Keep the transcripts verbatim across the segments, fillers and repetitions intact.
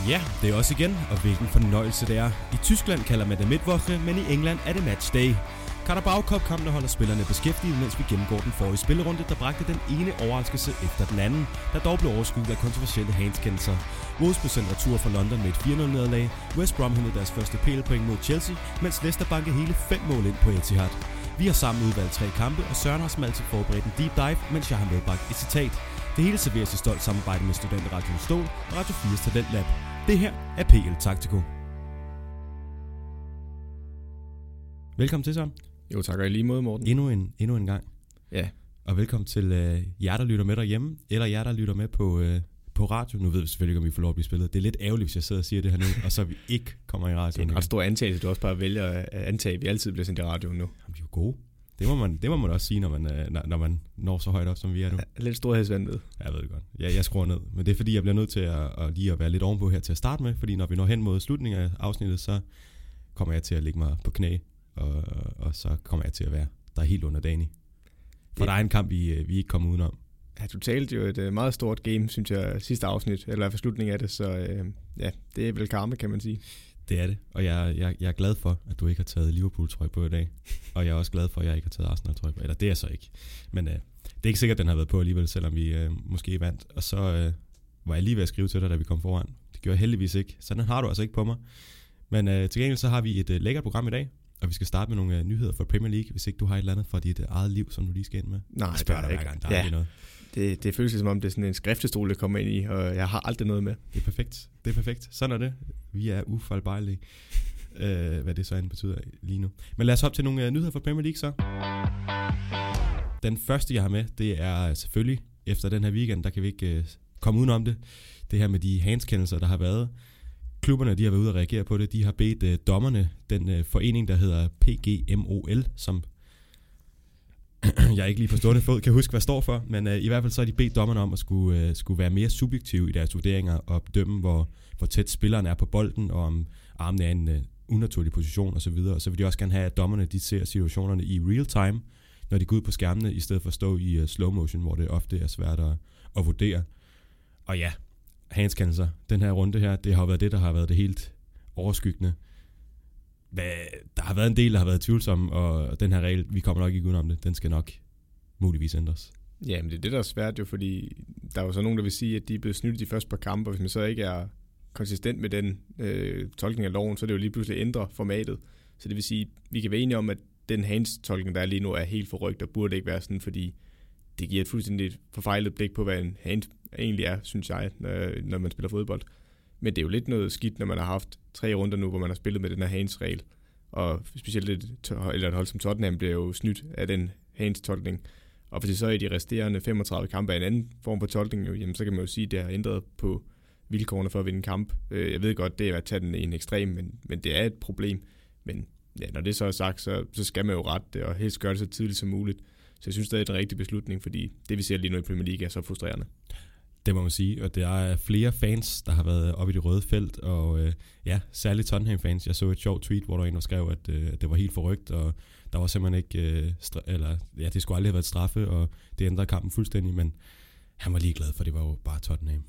Ja, det er også igen, og hvilken fornøjelse det er. I Tyskland kalder man det Mittwoche, men i England er det matchday. Carabao Cup-kampene holder spillerne beskæftiget, mens vi gennemgår den forrige spillerunde, der bragte den ene overraskelse efter den anden, der dog blev overskygget af kontroversielle handskendelser. Wolves blev sendt retur fra London med et fire nul nederlag. West Brom hentede deres første P L-point mod Chelsea, mens Leicester bankede hele fem mål ind på Etihad. Vi har sammen udvalgt tre kampe, og Søren har som altid forberedt en deep dive, mens jeg har medbragt et citat. Det hele serveres i stolt samarbejde med Studenterradio Stål og Radio fires Talentlab. Det her er P L Taktiko. Velkommen til, Søren. Jo, tak og i lige måde, Morten. Endnu en, endnu en gang. Ja. Og velkommen til øh, jer, der lytter med derhjemme, eller jer, der lytter med på, øh, på radio. Nu ved vi selvfølgelig ikke, om vi får lov at blive spillet. Det er lidt ærgerligt, hvis jeg sidder og siger det her nu, og så vi ikke kommer i radio. Det er en ret stor antagelse, du også bare vælger at antage, at vi altid bliver sendt i radioen nu. Jamen, vi er jo gode. Det må man, det må man også sige, når man, øh, når, når man når så højt op, som vi er nu. Ja, lidt storhedsvandet. Jeg ved det godt. Jeg, jeg skruer ned. Men det er fordi, jeg bliver nødt til at, at lige at være lidt ovenpå her til at starte med. Fordi når vi når hen mod slutningen af afsnittet, så kommer jeg til at lægge mig på knæ. Og, og så kommer jeg til at være der helt under Dani. For det, der er en kamp, vi, vi ikke kommer udenom. Ja, du talte jo et meget stort game, synes jeg, sidste afsnit, eller i hvert fald slutningen af det. Så øh, ja, det er vel karma, kan man sige. Det er det, og jeg, jeg, jeg er glad for, at du ikke har taget Liverpool-trøje på i dag. Og jeg er også glad for, at jeg ikke har taget Arsenal-trøje på. Eller det er så ikke. Men øh, det er ikke sikkert, at den har været på alligevel, selvom vi øh, måske vandt. Og så øh, var jeg lige ved at skrive til dig, da vi kom foran. Det gjorde jeg heldigvis ikke, så den har du altså ikke på mig. Men øh, til gengæld så har vi et øh, lækkert program i dag. Og vi skal starte med nogle øh, nyheder fra Premier League, hvis ikke du har et eller andet fra dit øh, eget liv, som du lige skal ind med. Nej, jeg spørger det er dig ikke. Hver gang, der ja. er noget. Det, det føles som om, det er sådan en skriftestol, der kommer ind i, og jeg har aldrig noget med. Det er perfekt. Det er perfekt. Sådan er det. Vi er ufejlbarlige. øh, hvad det så end betyder lige nu. Men lad os hoppe til nogle øh, nyheder fra Premier League så. Den første, jeg har med, det er selvfølgelig, efter den her weekend, der kan vi ikke øh, komme udenom det. Det her med de handskendelser, der har været. Klubberne, de har været ude og reagere på det. De har bedt øh, dommerne, den øh, forening, der hedder P G M O L, som jeg ikke lige på stående fod kan huske, hvad står for, men øh, i hvert fald så har de bedt dommerne om at skulle, øh, skulle være mere subjektive i deres vurderinger og bedømme, hvor, hvor tæt spilleren er på bolden, og om armen er i en øh, unaturlig position osv. Og så vil de også gerne have, at dommerne de ser situationerne i real time, når de går ud på skærmene, i stedet for at stå i uh, slow motion, hvor det ofte er svært at, at vurdere. Og ja, handskendelser, den her runde her, det har været det, der har været det helt overskyggende. Hvad, der har været en del, der har været tvivlsomme, og den her regel, vi kommer nok ikke udenom det, den skal nok muligvis ændres. Ja, men det er det, der er svært jo, fordi der er jo så nogen, der vil sige, at de er blevet snydt de første par kampe, og hvis man så ikke er konsistent med den øh, tolkning af loven, så er det jo lige pludselig ændre formatet. Så det vil sige, vi kan være enige om, at den hands-tolkning, der er lige nu, er helt forrygt, og burde ikke være sådan, fordi det giver et fuldstændig forfejlet blik på, hvad en hand egentlig er, synes jeg, når, når man spiller fodbold. Men det er jo lidt noget skidt, når man har haft tre runder nu, hvor man har spillet med den her hands-regel. Og specielt et, eller et hold som Tottenham bliver jo snydt af den hands-tolkning. Og hvis det så er i de resterende femogtredive kampe af en anden form for tolkning, jo, jamen, så kan man jo sige, at det har ændret på vilkårene for at vinde en kamp. Jeg ved godt, det er at tage den i en ekstrem, men, men det er et problem. Men ja, når det så er sagt, så, så skal man jo rette det, og helst gøre det så tidligt som muligt. Så jeg synes, det er en rigtig beslutning, fordi det, vi ser lige nu i Premier League, er så frustrerende. Det må man sige, og der er flere fans, der har været oppe i det røde felt, og øh, ja, særligt Tottenham-fans. Jeg så et sjovt tweet, hvor der en, der skrev, at øh, det var helt forrygt, og der var simpelthen ikke, øh, stra- eller ja, det skulle aldrig have været straffe, og det ændrede kampen fuldstændig, men han var ligeglad, for det var jo bare Tottenham.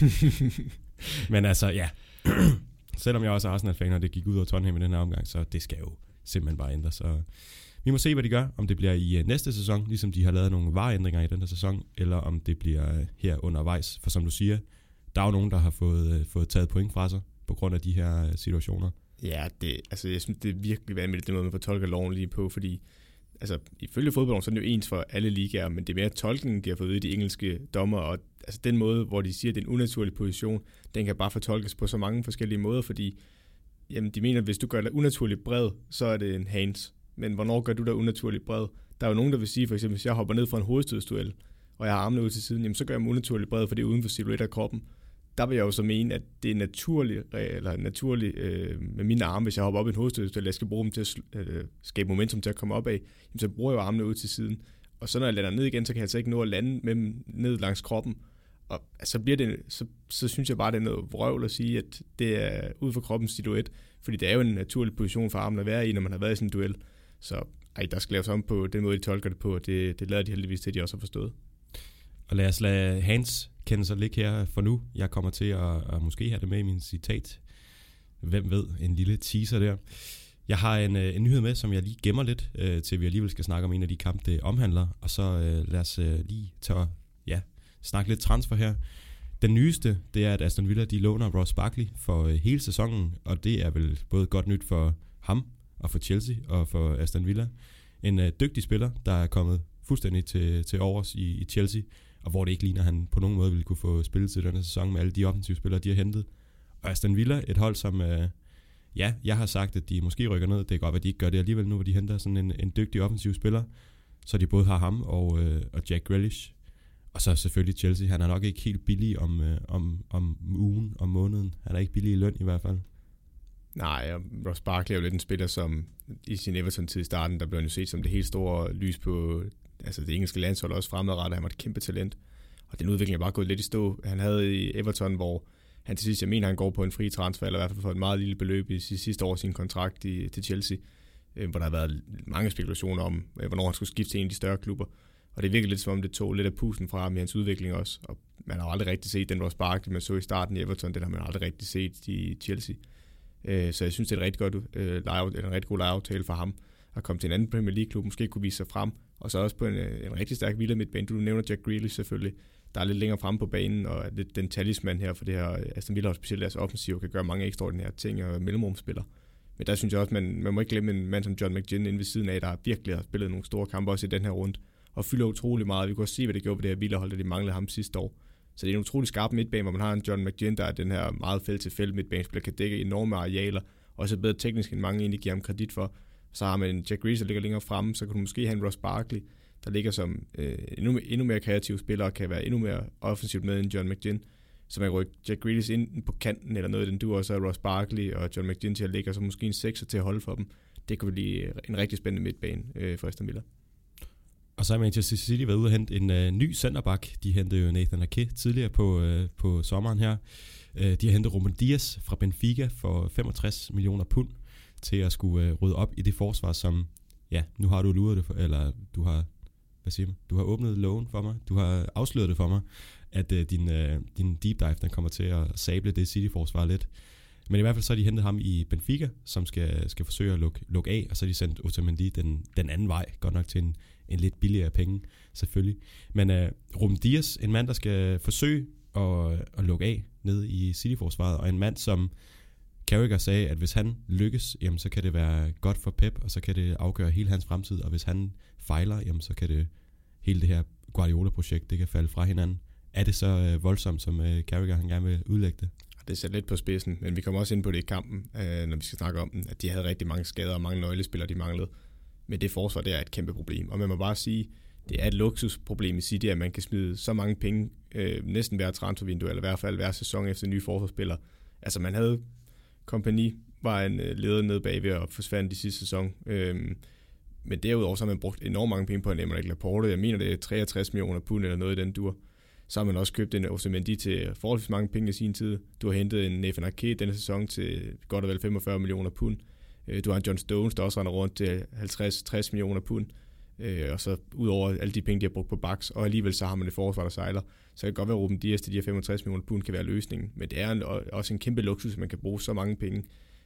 Men altså, ja, selvom jeg også er Arsenal-fan, og det gik ud over Tottenham i den her omgang, så det skal jo simpelthen bare ændre, så vi må se, hvad de gør, om det bliver i næste sæson, ligesom de har lavet nogle vareændringer i den her sæson, eller om det bliver her undervejs. For som du siger, der er jo nogen, der har fået, fået taget point fra sig, på grund af de her situationer. Ja, det, altså, jeg synes, det er virkelig vanvittigt, det måde, man får tolket loven lige på, fordi altså, ifølge fodbolden, så er det jo ens for alle ligaer, men det er mere tolkningen, de har fået ud i de engelske dommer, og altså, den måde, hvor de siger, at det er en unaturlig position, den kan bare fortolkes på så mange forskellige måder, fordi jamen, de mener, at hvis du gør dig unaturligt bred, så er det en hands. Men hvornår gør du dig unaturligt bred? Der er jo nogen, der vil sige, for eksempel, hvis jeg hopper ned fra en hovedstødsduel, og jeg har armene ud til siden, jamen, så gør jeg mig unaturligt bred, for det er uden for silhuet af kroppen. Der vil jeg jo så mene, at det er naturligt, eller naturligt øh, med mine arme, hvis jeg hopper op i en hovedstødsduel, jeg skal bruge dem til at øh, skabe momentum til at komme op af, jamen, så bruger jeg jo armene ud til siden. Og så når jeg lander ned igen, så kan jeg altså ikke nå at lande med dem ned langs kroppen. Og så bliver det, så, så synes jeg bare, det er noget vrøvl at sige, at det er ud fra kroppens silhuet, fordi det er jo en naturlig position for armen at være i, når man har været i sådan en duel. Så ej, der skal laves om på den måde, de tolker det på, og det, det lader de heldigvis til, at de også har forstået. Og lad os lade hands kende sig lidt her for nu. Jeg kommer til at, at måske have det med i min citat. Hvem ved, en lille teaser der. Jeg har en, en nyhed med, som jeg lige gemmer lidt, øh, til vi alligevel skal snakke om en af de kampe, det omhandler. Og så øh, lad os øh, lige tage, ja, snakke lidt transfer her. Den nyeste, det er, at Aston Villa de låner Ross Barkley for øh, hele sæsonen, og det er vel både godt nyt for ham og for Chelsea og for Aston Villa. En øh, dygtig spiller, der er kommet fuldstændig til, til overs i, i Chelsea, og hvor det ikke ligner, at han på nogen måde ville kunne få spillet til denne sæson med alle de offensive spillere, de har hentet. Og Aston Villa, et hold, som, øh, ja, jeg har sagt, at de måske rykker ned. Det kan godt være, at de ikke gør det alligevel nu, hvor de henter sådan en, en dygtig offensiv spiller. Så de både har ham og, øh, og Jack Grealish. Og så selvfølgelig Chelsea. Han er nok ikke helt billig om, øh, om, om ugen, om måneden. Han er ikke billig i løn i hvert fald. Nej, og Ross Barkley er jo lidt en spiller, som i sin Everton-tid i starten, der blev han jo set som det helt store lys på altså det engelske landshold, også fremadrettet. Han var et kæmpe talent. Og den udvikling er bare gået lidt i stå. Han havde i Everton, hvor han til sidst, jeg mener, han går på en fri transfer, eller i hvert fald for et meget lille beløb i sidste år sin kontrakt i, til Chelsea, øh, hvor der har været mange spekulationer om, øh, hvornår han skulle skifte til en af de større klubber. Og det virker lidt som om, det tog lidt af pusten fra ham i hans udvikling også. Og man har aldrig rigtig set den Ross Barkley, man så i starten i Everton, den har man aldrig rigtig set i Chelsea. Øh, så jeg synes, det er et rigtig godt, øh, leje, en rigtig god lejeaftale for ham at komme til en anden Premier League-klub, måske kunne vise sig frem, og så også på en, en rigtig stærk Villa midtbane. Du nævner Jack Grealish selvfølgelig, der er lidt længere fremme på banen, og lidt den talisman her for det her Aston Villa, og specielt deres offensiv, kan gøre mange ekstraordinære ting og mellemrumspiller. Men der synes jeg også, man, man må ikke glemme en mand som John McGinn inde ved siden af, der virkelig har spillet nogle store kampe også i den her runde, og fylder utrolig meget. Vi kunne også se, hvad det gjorde på det her Villa-hold, da de manglede ham sidste år. Så det er en utrolig skarp midtbane, hvor man har en John McGinn, der er den her meget felt-til-felt midtbanespiller, kan dække enorme arealer, og så bedre teknisk, end mange egentlig giver ham kredit for. Så har man en Jack Grealish, der ligger længere fremme, så kan du måske have en Ross Barkley, der ligger som øh, endnu, endnu mere kreativ spiller, og kan være endnu mere offensivt med end John McGinn. Så man kan rykke Jack Grealish ind på kanten, eller noget af den du også er Ross Barkley og John McGinn til at ligge, og så måske en sekser til at holde for dem. Det kunne blive en rigtig spændende midtbane øh, for Aston Villa. Og så har Manchester City været ude og hente en øh, ny centerback. De hentede jo Nathan Ake tidligere på, øh, på sommeren her. Øh, de har hentet Ruben Dias fra Benfica for femogtres millioner pund til at skulle øh, rydde op i det forsvar, som, ja, nu har du luret det, for, eller du har, hvad siger man, du har åbnet lågen for mig, du har afsløret det for mig, at øh, din, øh, din deep dive, den kommer til at sable det City-forsvar lidt. Men i hvert fald så har de hentet ham i Benfica, som skal, skal forsøge at lukke, lukke af, og så har de sendt Otamendi den, den anden vej, godt nok til en, en lidt billigere penge, selvfølgelig. Men øh, Ruben Dias, en mand, der skal forsøge at, at lukke af ned i City-forsvaret, og en mand, som Carragher sagde, at hvis han lykkes, jamen, så kan det være godt for Pep, og så kan det afgøre hele hans fremtid, og hvis han fejler, jamen, så kan det hele det her Guardiola-projekt, det kan falde fra hinanden. Er det så øh, voldsomt, som øh, Carragher han gerne vil udlægge det? Det er sat lidt på spidsen, men vi kommer også ind på det i kampen, øh, når vi skal snakke om den, at de havde rigtig mange skader og mange nøglespillere, de manglede. Men det forsvar, det er et kæmpe problem, og man må bare sige, det er et luksusproblem i City, at man kan smide så mange penge, øh, næsten hver transfervindue, eller i hvert fald hver sæson efter nye forsvarsspillere. Altså man havde Kompagni, var en øh, leder nede bagved og forsvandt i sidste sæson. Øhm, men derudover så har man brugt enormt mange penge på en Emmerich Laporte. Jeg mener, det er treogtres millioner pund eller noget i den dur. Så har man også købt en Otamendi til forholdsvis mange penge i sin tid. Du har hentet en Nathan Ake denne sæson til godt og vel femogfyrre millioner pund. Du har en John Stones, der også render rundt til halvtreds til tres millioner pund. Og så ud over alle de penge, de har brugt på backs, og alligevel så har man et forsvar, der sejler. Så det kan godt være, at Ruben Dias til de her femogtres millioner pund kan være løsningen. Men det er en, også en kæmpe luksus, at man kan bruge så mange penge.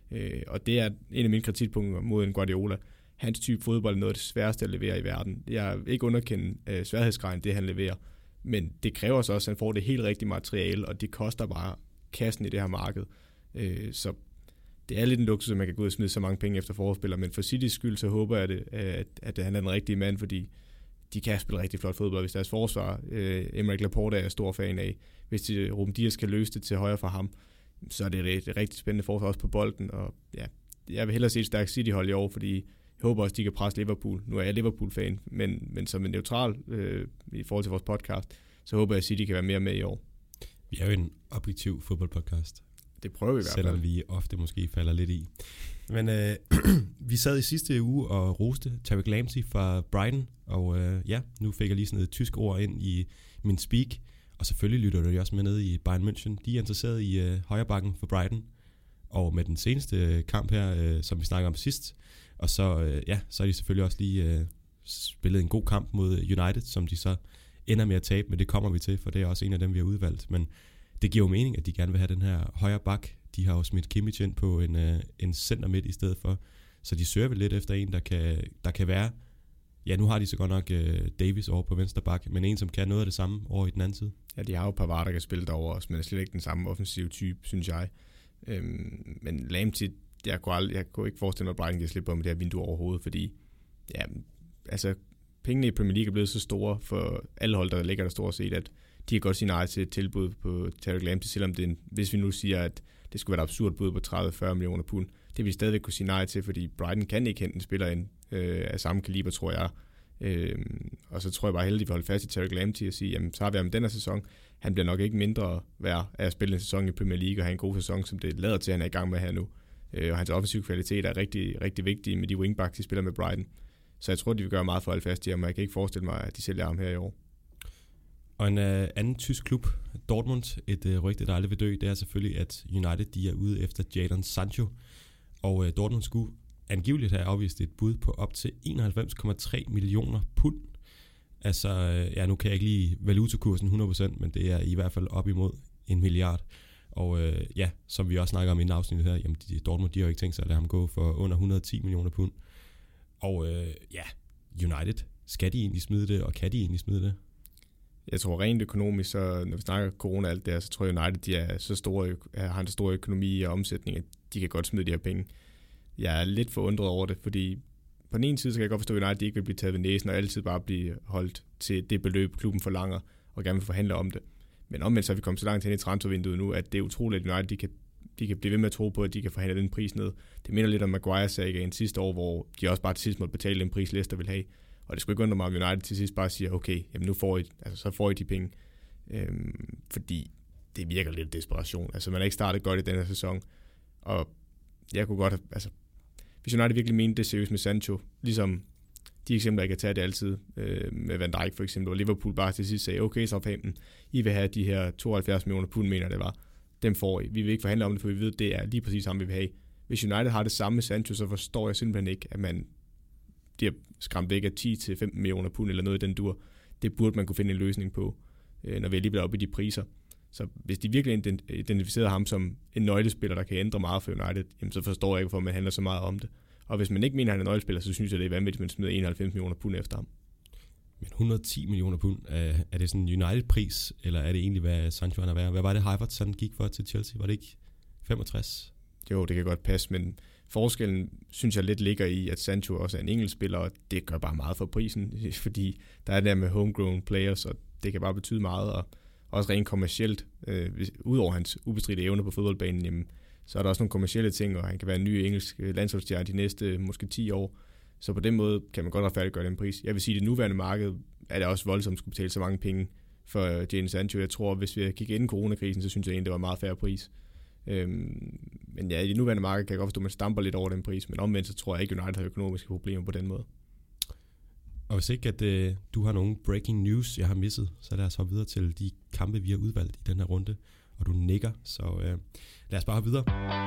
Og det er en af mine kritikpunkter mod en Guardiola. Hans type fodbold er noget af det sværeste at levere i verden. Jeg vil ikke underkende uh, sværhedsgraden, det han leverer. Men det kræver så også, at han får det helt rigtige materiale, og det koster bare kassen i det her marked. Øh, så det er lidt en luksus, at man kan gå ud og smide så mange penge efter forspillere, men for Citys skyld, så håber jeg, det, at, at han er den rigtige mand, fordi de kan spille rigtig flot fodbold, hvis deres forsvar, øh, Emmerich Laporte er jeg stor fan af. Hvis de, Ruben Dias kan løse det til højre for ham, så er det et, et rigtig spændende forsvar også på bolden, og ja, jeg vil hellere se et stærkt City-hold i år, fordi jeg håber også, de kan presse Liverpool. Nu er jeg Liverpool-fan, men, men som en neutral øh, i forhold til vores podcast, så håber jeg, at City kan være mere med i år. Vi er jo en objektiv fodboldpodcast. Det prøver vi i hvert fald. Selvom vi ofte måske falder lidt i. Men øh, vi sad i sidste uge og roste Tariq Lamptey fra Brighton, og øh, ja, nu fik jeg lige sådan et tysk ord ind i min speak, og selvfølgelig lytter du også med ned i Bayern München. De er interesseret i øh, højrebakken for Brighton, og med den seneste kamp her, øh, som vi snakkede om sidst, og så, øh, ja, så har de selvfølgelig også lige øh, spillet en god kamp mod United, som de så ender med at tabe, men det kommer vi til, for det er også en af dem, vi har udvalgt. Men det giver jo mening, at de gerne vil have den her højre bak. De har jo smidt Kimmich ind på en, øh, en center midt i stedet for. Så de søger vel lidt efter en, der kan, der kan være... Ja, nu har de så godt nok øh, Davis over på venstre bak, men en, som kan noget af det samme over i den anden side. Ja, de har jo Pavard, der kan spille derover også, men er slet ikke den samme offensive type, synes jeg. Øhm, men Lamptey, jeg kunne, aldrig, jeg kunne ikke forestille mig, at Brighton kan slippe på med det her vindue overhovedet, fordi ja, altså, pengene i Premier League er blevet så store for alle hold, der ligger der stort set, at de kan godt sige nej til et tilbud på Tariq Lamptey, selvom det er en, hvis vi nu siger, at det skulle være et absurd bud på tredive til fyrre millioner pund, det vil vi stadigvæk kunne sige nej til, fordi Brighton kan ikke hente en spiller ind øh, af samme kaliber, tror jeg. Øh, og så tror jeg bare heldigt, at vi holder fast i Tariq Lamptey og sige, jamen så har vi ham den her sæson. Han bliver nok ikke mindre værd af at spille en sæson i Premier League og have en god sæson, som det lader til, at han er i gang med her nu. Øh, og hans offensiv kvalitet er rigtig, rigtig vigtig med de wingbacks, de spiller med Brighton. Så jeg tror, de vil gøre meget for at holde fast i ham, og jeg kan ikke forestille mig, at de sælger ham her i år. Og en uh, anden tysk klub, Dortmund, et uh, rygte, der aldrig vil dø, det er selvfølgelig, at United de er ude efter Jadon Sancho. Og uh, Dortmund skulle angiveligt have afvist et bud på op til enoghalvfems komma tre millioner pund. Altså, uh, ja, nu kan jeg ikke lige valutakursen hundrede procent, men det er i hvert fald op imod en milliard. Og uh, ja, som vi også snakker om i en afsnit her, jamen de, Dortmund, de har jo ikke tænkt sig at lade ham gå for under et hundrede og ti millioner pund. Og uh, ja, United, skal de egentlig smide det, og kan de egentlig smide det? Jeg tror rent økonomisk, så når vi snakker corona og alt det her, så tror jeg United, de er så store, har en stor økonomi og omsætning, at de kan godt smide de her penge. Jeg er lidt forundret over det, fordi på den ene side, så kan jeg godt forstå, at United de ikke vil blive taget ved næsen, og altid bare blive holdt til det beløb, klubben forlanger, og gerne vil forhandle om det. Men omvendt så er vi kommet så langt hen i transfervinduet nu, at det er utroligt, at United de kan, de kan blive ved med at tro på, at de kan forhandle den pris ned. Det minder lidt om Maguire-sagaen sidste år, hvor de også bare til sidst måtte betale den pris, Leicester vil have. Og det skulle ikke undre mig, om United til sidst bare siger, okay, jamen nu får I, altså, så får I de penge. Øhm, fordi det virker lidt desperation. Altså man er ikke startet godt i den her sæson. Og jeg kunne godt have, altså hvis United virkelig mente det seriøst med Sancho, ligesom de eksempler, jeg kan tage det altid, øh, med Van Dijk for eksempel, og Liverpool bare til sidst sagde, okay, Southampton, I vil have de her tooghalvfjerds millioner pund, mener det var. Dem får I. Vi vil ikke forhandle om det, for vi ved, det er lige præcis ham, vi vil have. Hvis United har det samme med Sancho, så forstår jeg simpelthen ikke, at man bliver skræmt væk af ti til femten millioner pund eller noget i den dur. Det burde man kunne finde en løsning på, øh, når vi er lige blevet oppe i de priser. Så hvis de virkelig identificerer ham som en nøglespiller, der kan ændre meget for United, jamen så forstår jeg ikke, hvorfor man handler så meget om det. Og hvis man ikke mener, at han er en nøglespiller, så synes jeg, det er vanvittigt, at man smider enoghalvfems millioner pund efter ham. Men et hundrede og ti millioner pund, er, er det sådan en United-pris, eller er det egentlig, hvad Sancho han er værd? Hvad var det, Havertz han gik for til Chelsea? Var det ikke femogtres? Jo, det kan godt passe, men forskellen, synes jeg, lidt ligger i, at Sancho også er en engelsk spiller, og det gør bare meget for prisen, fordi der er der med homegrown players, og det kan bare betyde meget, og også rent kommercielt, øh, udover hans ubestridte evner på fodboldbanen, jamen, så er der også nogle kommercielle ting, og han kan være en ny engelsk landsholdsstjerne de næste måske ti år, så på den måde kan man godt retfærdiggøre den pris. Jeg vil sige, at det nuværende marked er det også voldsomt at skulle betale så mange penge for Jadon Sancho. Jeg tror, hvis vi kigger inden coronakrisen, så synes jeg egentlig, det var en meget fair pris. Øhm, men ja, i det nuværende marked kan jeg godt forstå, at man stamper lidt over den pris, men omvendt så tror jeg ikke, at United har økonomiske problemer på den måde. Og hvis ikke, at øh, du har nogen breaking news, jeg har misset, så lad os hoppe videre til de kampe, vi har udvalgt i den her runde. Og du nikker, så øh, lad os bare hoppe videre.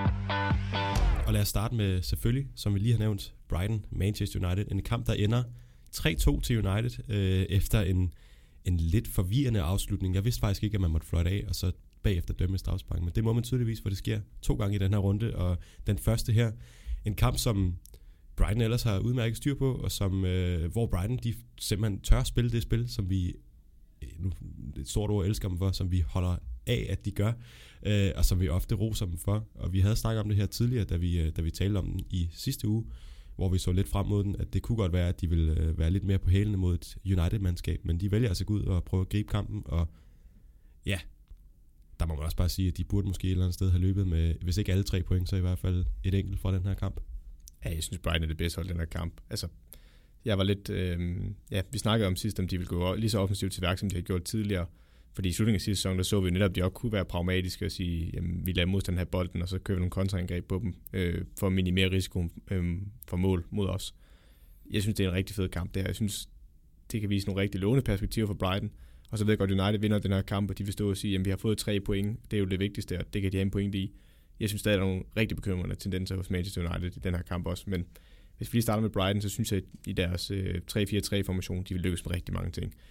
Og lad os starte med, selvfølgelig, som vi lige har nævnt, Brighton, Manchester United. En kamp, der ender tre to til United, øh, efter en, en lidt forvirrende afslutning. Jeg vidste faktisk ikke, at man måtte fløjte af, og så bagefter dømme strafspark. Men det må man tydeligvis, for det sker to gange i den her runde. Og den første her, en kamp, som Brighton ellers har udmærket styr på, og som, øh, hvor Brighton de simpelthen tør spille det spil, som vi, nu et stort ord elsker dem for, som vi holder af, at de gør, øh, og som vi ofte roser dem for. Og vi havde snakket om det her tidligere, da vi, da vi talte om den i sidste uge, hvor vi så lidt frem mod den, at det kunne godt være, at de ville være lidt mere på hælene mod et United-mandskab, men de vælger altså at gå ud og prøve at gribe kampen, og ja, der må man også bare sige, at de burde måske et eller andet sted have løbet med, hvis ikke alle tre point, så i hvert fald et enkelt fra den her kamp. Ja, jeg synes, Brighton er det bedste hold i den her kamp. Altså, jeg var lidt, øh, ja, vi snakkede om sidst, om de ville gå lige så offensivt til værk, som de har gjort tidligere. Fordi i slutningen af sidste sæson, der så vi netop, at de også kunne være pragmatiske og sige, jamen, vi lader modstanden have bolden, og så kører vi nogle kontraangreb på dem, øh, for at minimere risikoen øh, for mål mod os. Jeg synes, det er en rigtig fed kamp, det her. Jeg synes, det kan vise nogle rigtig lovende perspektiver for Brighton. Og så ved jeg godt, at United vinder den her kamp, og de vil stå og sige, jamen, vi har fået tre point, det er jo det vigtigste, og det kan de have en point i. Jeg synes, der er nogle rigtig bekymrende tendenser hos Manchester United i den her kamp også, men hvis vi lige starter med Brighton, så synes jeg, at i deres øh, tre fire tre formation, de vil lykkes med rigtig mange ting.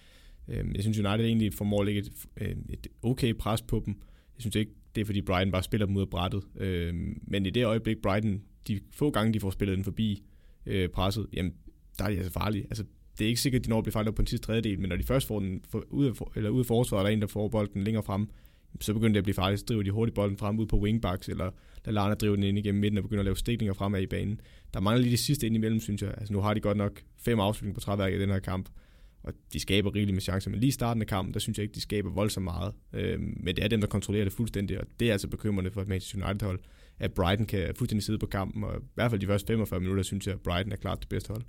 Øh, jeg synes, United egentlig formår at lægge et, et okay pres på dem. Jeg synes ikke, det er fordi Brighton bare spiller dem ud af brættet. Øh, men i det øjeblik, Brighton, de få gange, de får spillet den forbi øh, presset, jamen, der er de altså farlige. Altså, det er ikke sikkert, at de når at blive farlige på den sidste tredjedel, men når de først får den for, ud, af, eller ud af forsvaret, der er en, der får bolden længere frem, så begynder det at blive farligt. Så driver de hurtigt bolden frem ud på wingbacks, eller lader Lana drive den ind igennem midten og begynder at lave stikninger fremad i banen. Der mangler lige det sidste ind imellem, synes jeg. Altså, nu har de godt nok fem afslutninger på træværket i den her kamp, og de skaber rigeligt med chancer, men lige i starten af kampen, der synes jeg ikke, de skaber voldsomt meget. Øhm, men det er dem, der kontrollerer det fuldstændig, og det er altså bekymrende for et Manchester United-hold, at Brighton kan fuldstændig sidde på kampen, og i hvert fald de første femogfyrre minutter, synes jeg, at Brighton er klart det bedste hold.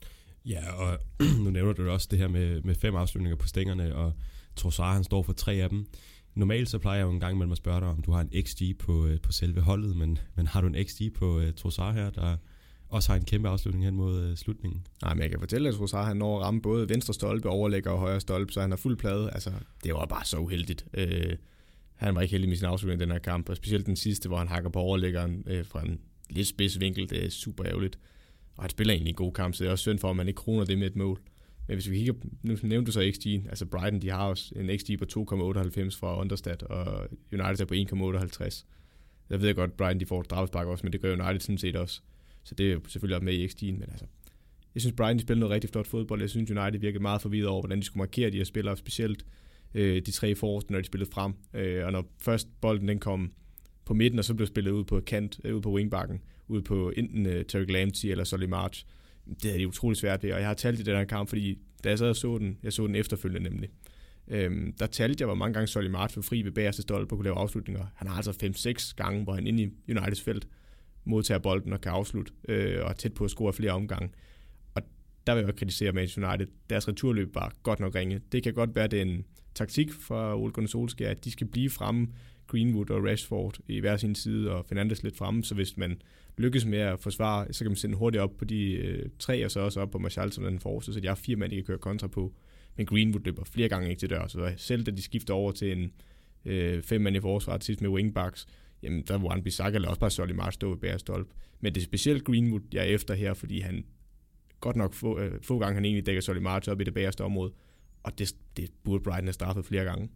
Ja, og nu nævner du også det her med, med fem afslutninger på stængerne, og Trossard, han står for tre af dem. Normalt så plejer jeg jo en gang mellem at spørge dig, om du har en X G på, på selve holdet, men, men har du en X G på uh, Trossard her, der også har en kæmpe afslutning hen mod uh, slutningen? Nej, men jeg kan fortælle, at Trossard han når at ramme både venstre stolpe, overlægger og højre stolpe, så han har fuld plade. Altså, det var bare så uheldigt. Uh, han var ikke heldig med sin afslutning i den her kamp, og specielt den sidste, hvor han hakker på overlæggeren uh, fra en lidt spids vinkel. Det er super ærgerligt. Og han spiller egentlig en god kamp, så det er også synd for, at man ikke kroner det med et mål. Men hvis vi kigger, nu nævnte du så X G, altså Brighton, de har også en X G på to komma otteoghalvfems fra Understat, og United er på en komma otteoghalvtreds. Jeg ved godt, Brighton de får et straffespark også, men det gør United sådan set også. Så det er jo selvfølgelig op med i X G'en, men altså, jeg synes Brighton de spiller noget rigtig flot fodbold. Jeg synes United virkede meget forvirret over, hvordan de skulle markere de her spillere, specielt øh, de tre forreste, når de spillede frem. Øh, og når først bolden den kom på midten, og så blev spillet ud på kant, øh, ud på wingbacken, ud på enten øh, Tariq Lamptey eller Solly March. Det er de utrolig svært ved, og jeg har talt i den her kamp, fordi da jeg sad og så den, jeg så den efterfølgende nemlig, øhm, der talte jeg, hvor mange gange Solly March var fri ved bagerste stolpe og kunne lave afslutninger. Han har altså fem seks gange, hvor han inde i Uniteds felt modtager bolden og kan afslutte, øh, og er tæt på at score flere omgange. Og der vil jeg jo kritisere Manchester United. Deres returløb var godt nok ringe. Det kan godt være, det er en taktik fra Ole Gunnar Solskjaer, at de skal blive fremme, Greenwood og Rashford i hver sin side, og Fernandes lidt fremme, så hvis man lykkes med at forsvare, så kan man sende hurtigt op på de øh, tre, og så også op på Martial som den forreste, så de har fire mand, de kan køre kontra på. Men Greenwood løber flere gange ikke til dør, så selv da de skifter over til en øh, fem mand i forsvaret sidst med wingbacks, jamen der var Wan-Bissaka eller også bare Solly March stå i bærestolp. Men det er specielt Greenwood, jeg er efter her, fordi han godt nok få, øh, få gange han egentlig dækker Solly March op i det bagerste område, og det, det burde Brighton have straffet flere gange.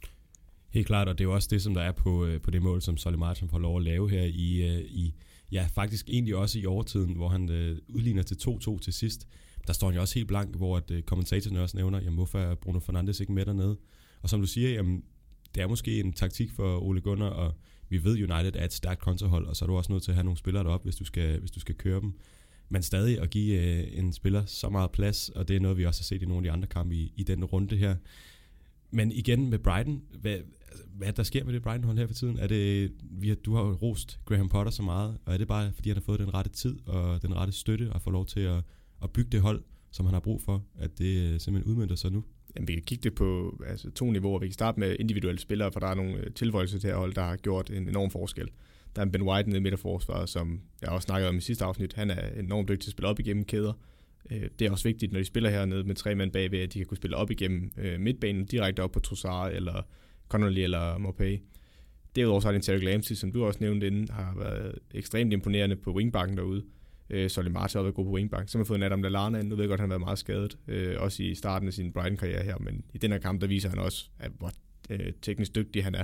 Helt klart, og det er jo også det, som der er på, på det mål, som Solly March får lov at lave her i, i ja, faktisk egentlig også i overtiden, hvor han øh, udligner til to to til sidst. Der står han jo også helt blank, hvor at, øh, kommentatorerne også nævner, jamen hvorfor er Bruno Fernandes ikke med dernede? Og som du siger, jamen det er måske en taktik for Ole Gunnar, og vi ved, United er et stærkt kontrahold, og så er du også nødt til at have nogle spillere deroppe, hvis du skal, hvis du skal køre dem. Men stadig at give øh, en spiller så meget plads, og det er noget, vi også har set i nogle af de andre kampe i, i den runde her. Men igen med Brighton, hvad, hvad der sker med det Brighton-hold her for tiden? Er det, vi har, du har jo rost Graham Potter så meget, og er det bare, fordi han har fået den rette tid og den rette støtte, og får lov til at, at bygge det hold, som han har brug for, at det simpelthen udmønter sig nu? Jamen, vi kan kigge det på altså, to niveauer. Vi kan starte med individuelle spillere, for der er nogle tilføjelser til at hold, der har gjort en enorm forskel. Der er en Ben White nede i midterforsvaret, som jeg også snakkede om i sidste afsnit. Han er enormt dygtig til at spille op igennem kæder. Det er også vigtigt, når de spiller hernede med tre mand bagved, at de kan kunne spille op igennem midtbanen, direkte op på Trossard eller Connolly eller Maupay. Derudover så er det en Tariq Lamptey, som du også nævnte inden, har været ekstremt imponerende på wingbacken derude. Solly March har været god på wingback. Så har man fået Adam Lallana ind. Nu ved jeg godt, at han har været meget skadet, også i starten af sin Brighton-karriere her, men i den her kamp, der viser han også, at hvor teknisk dygtig han er.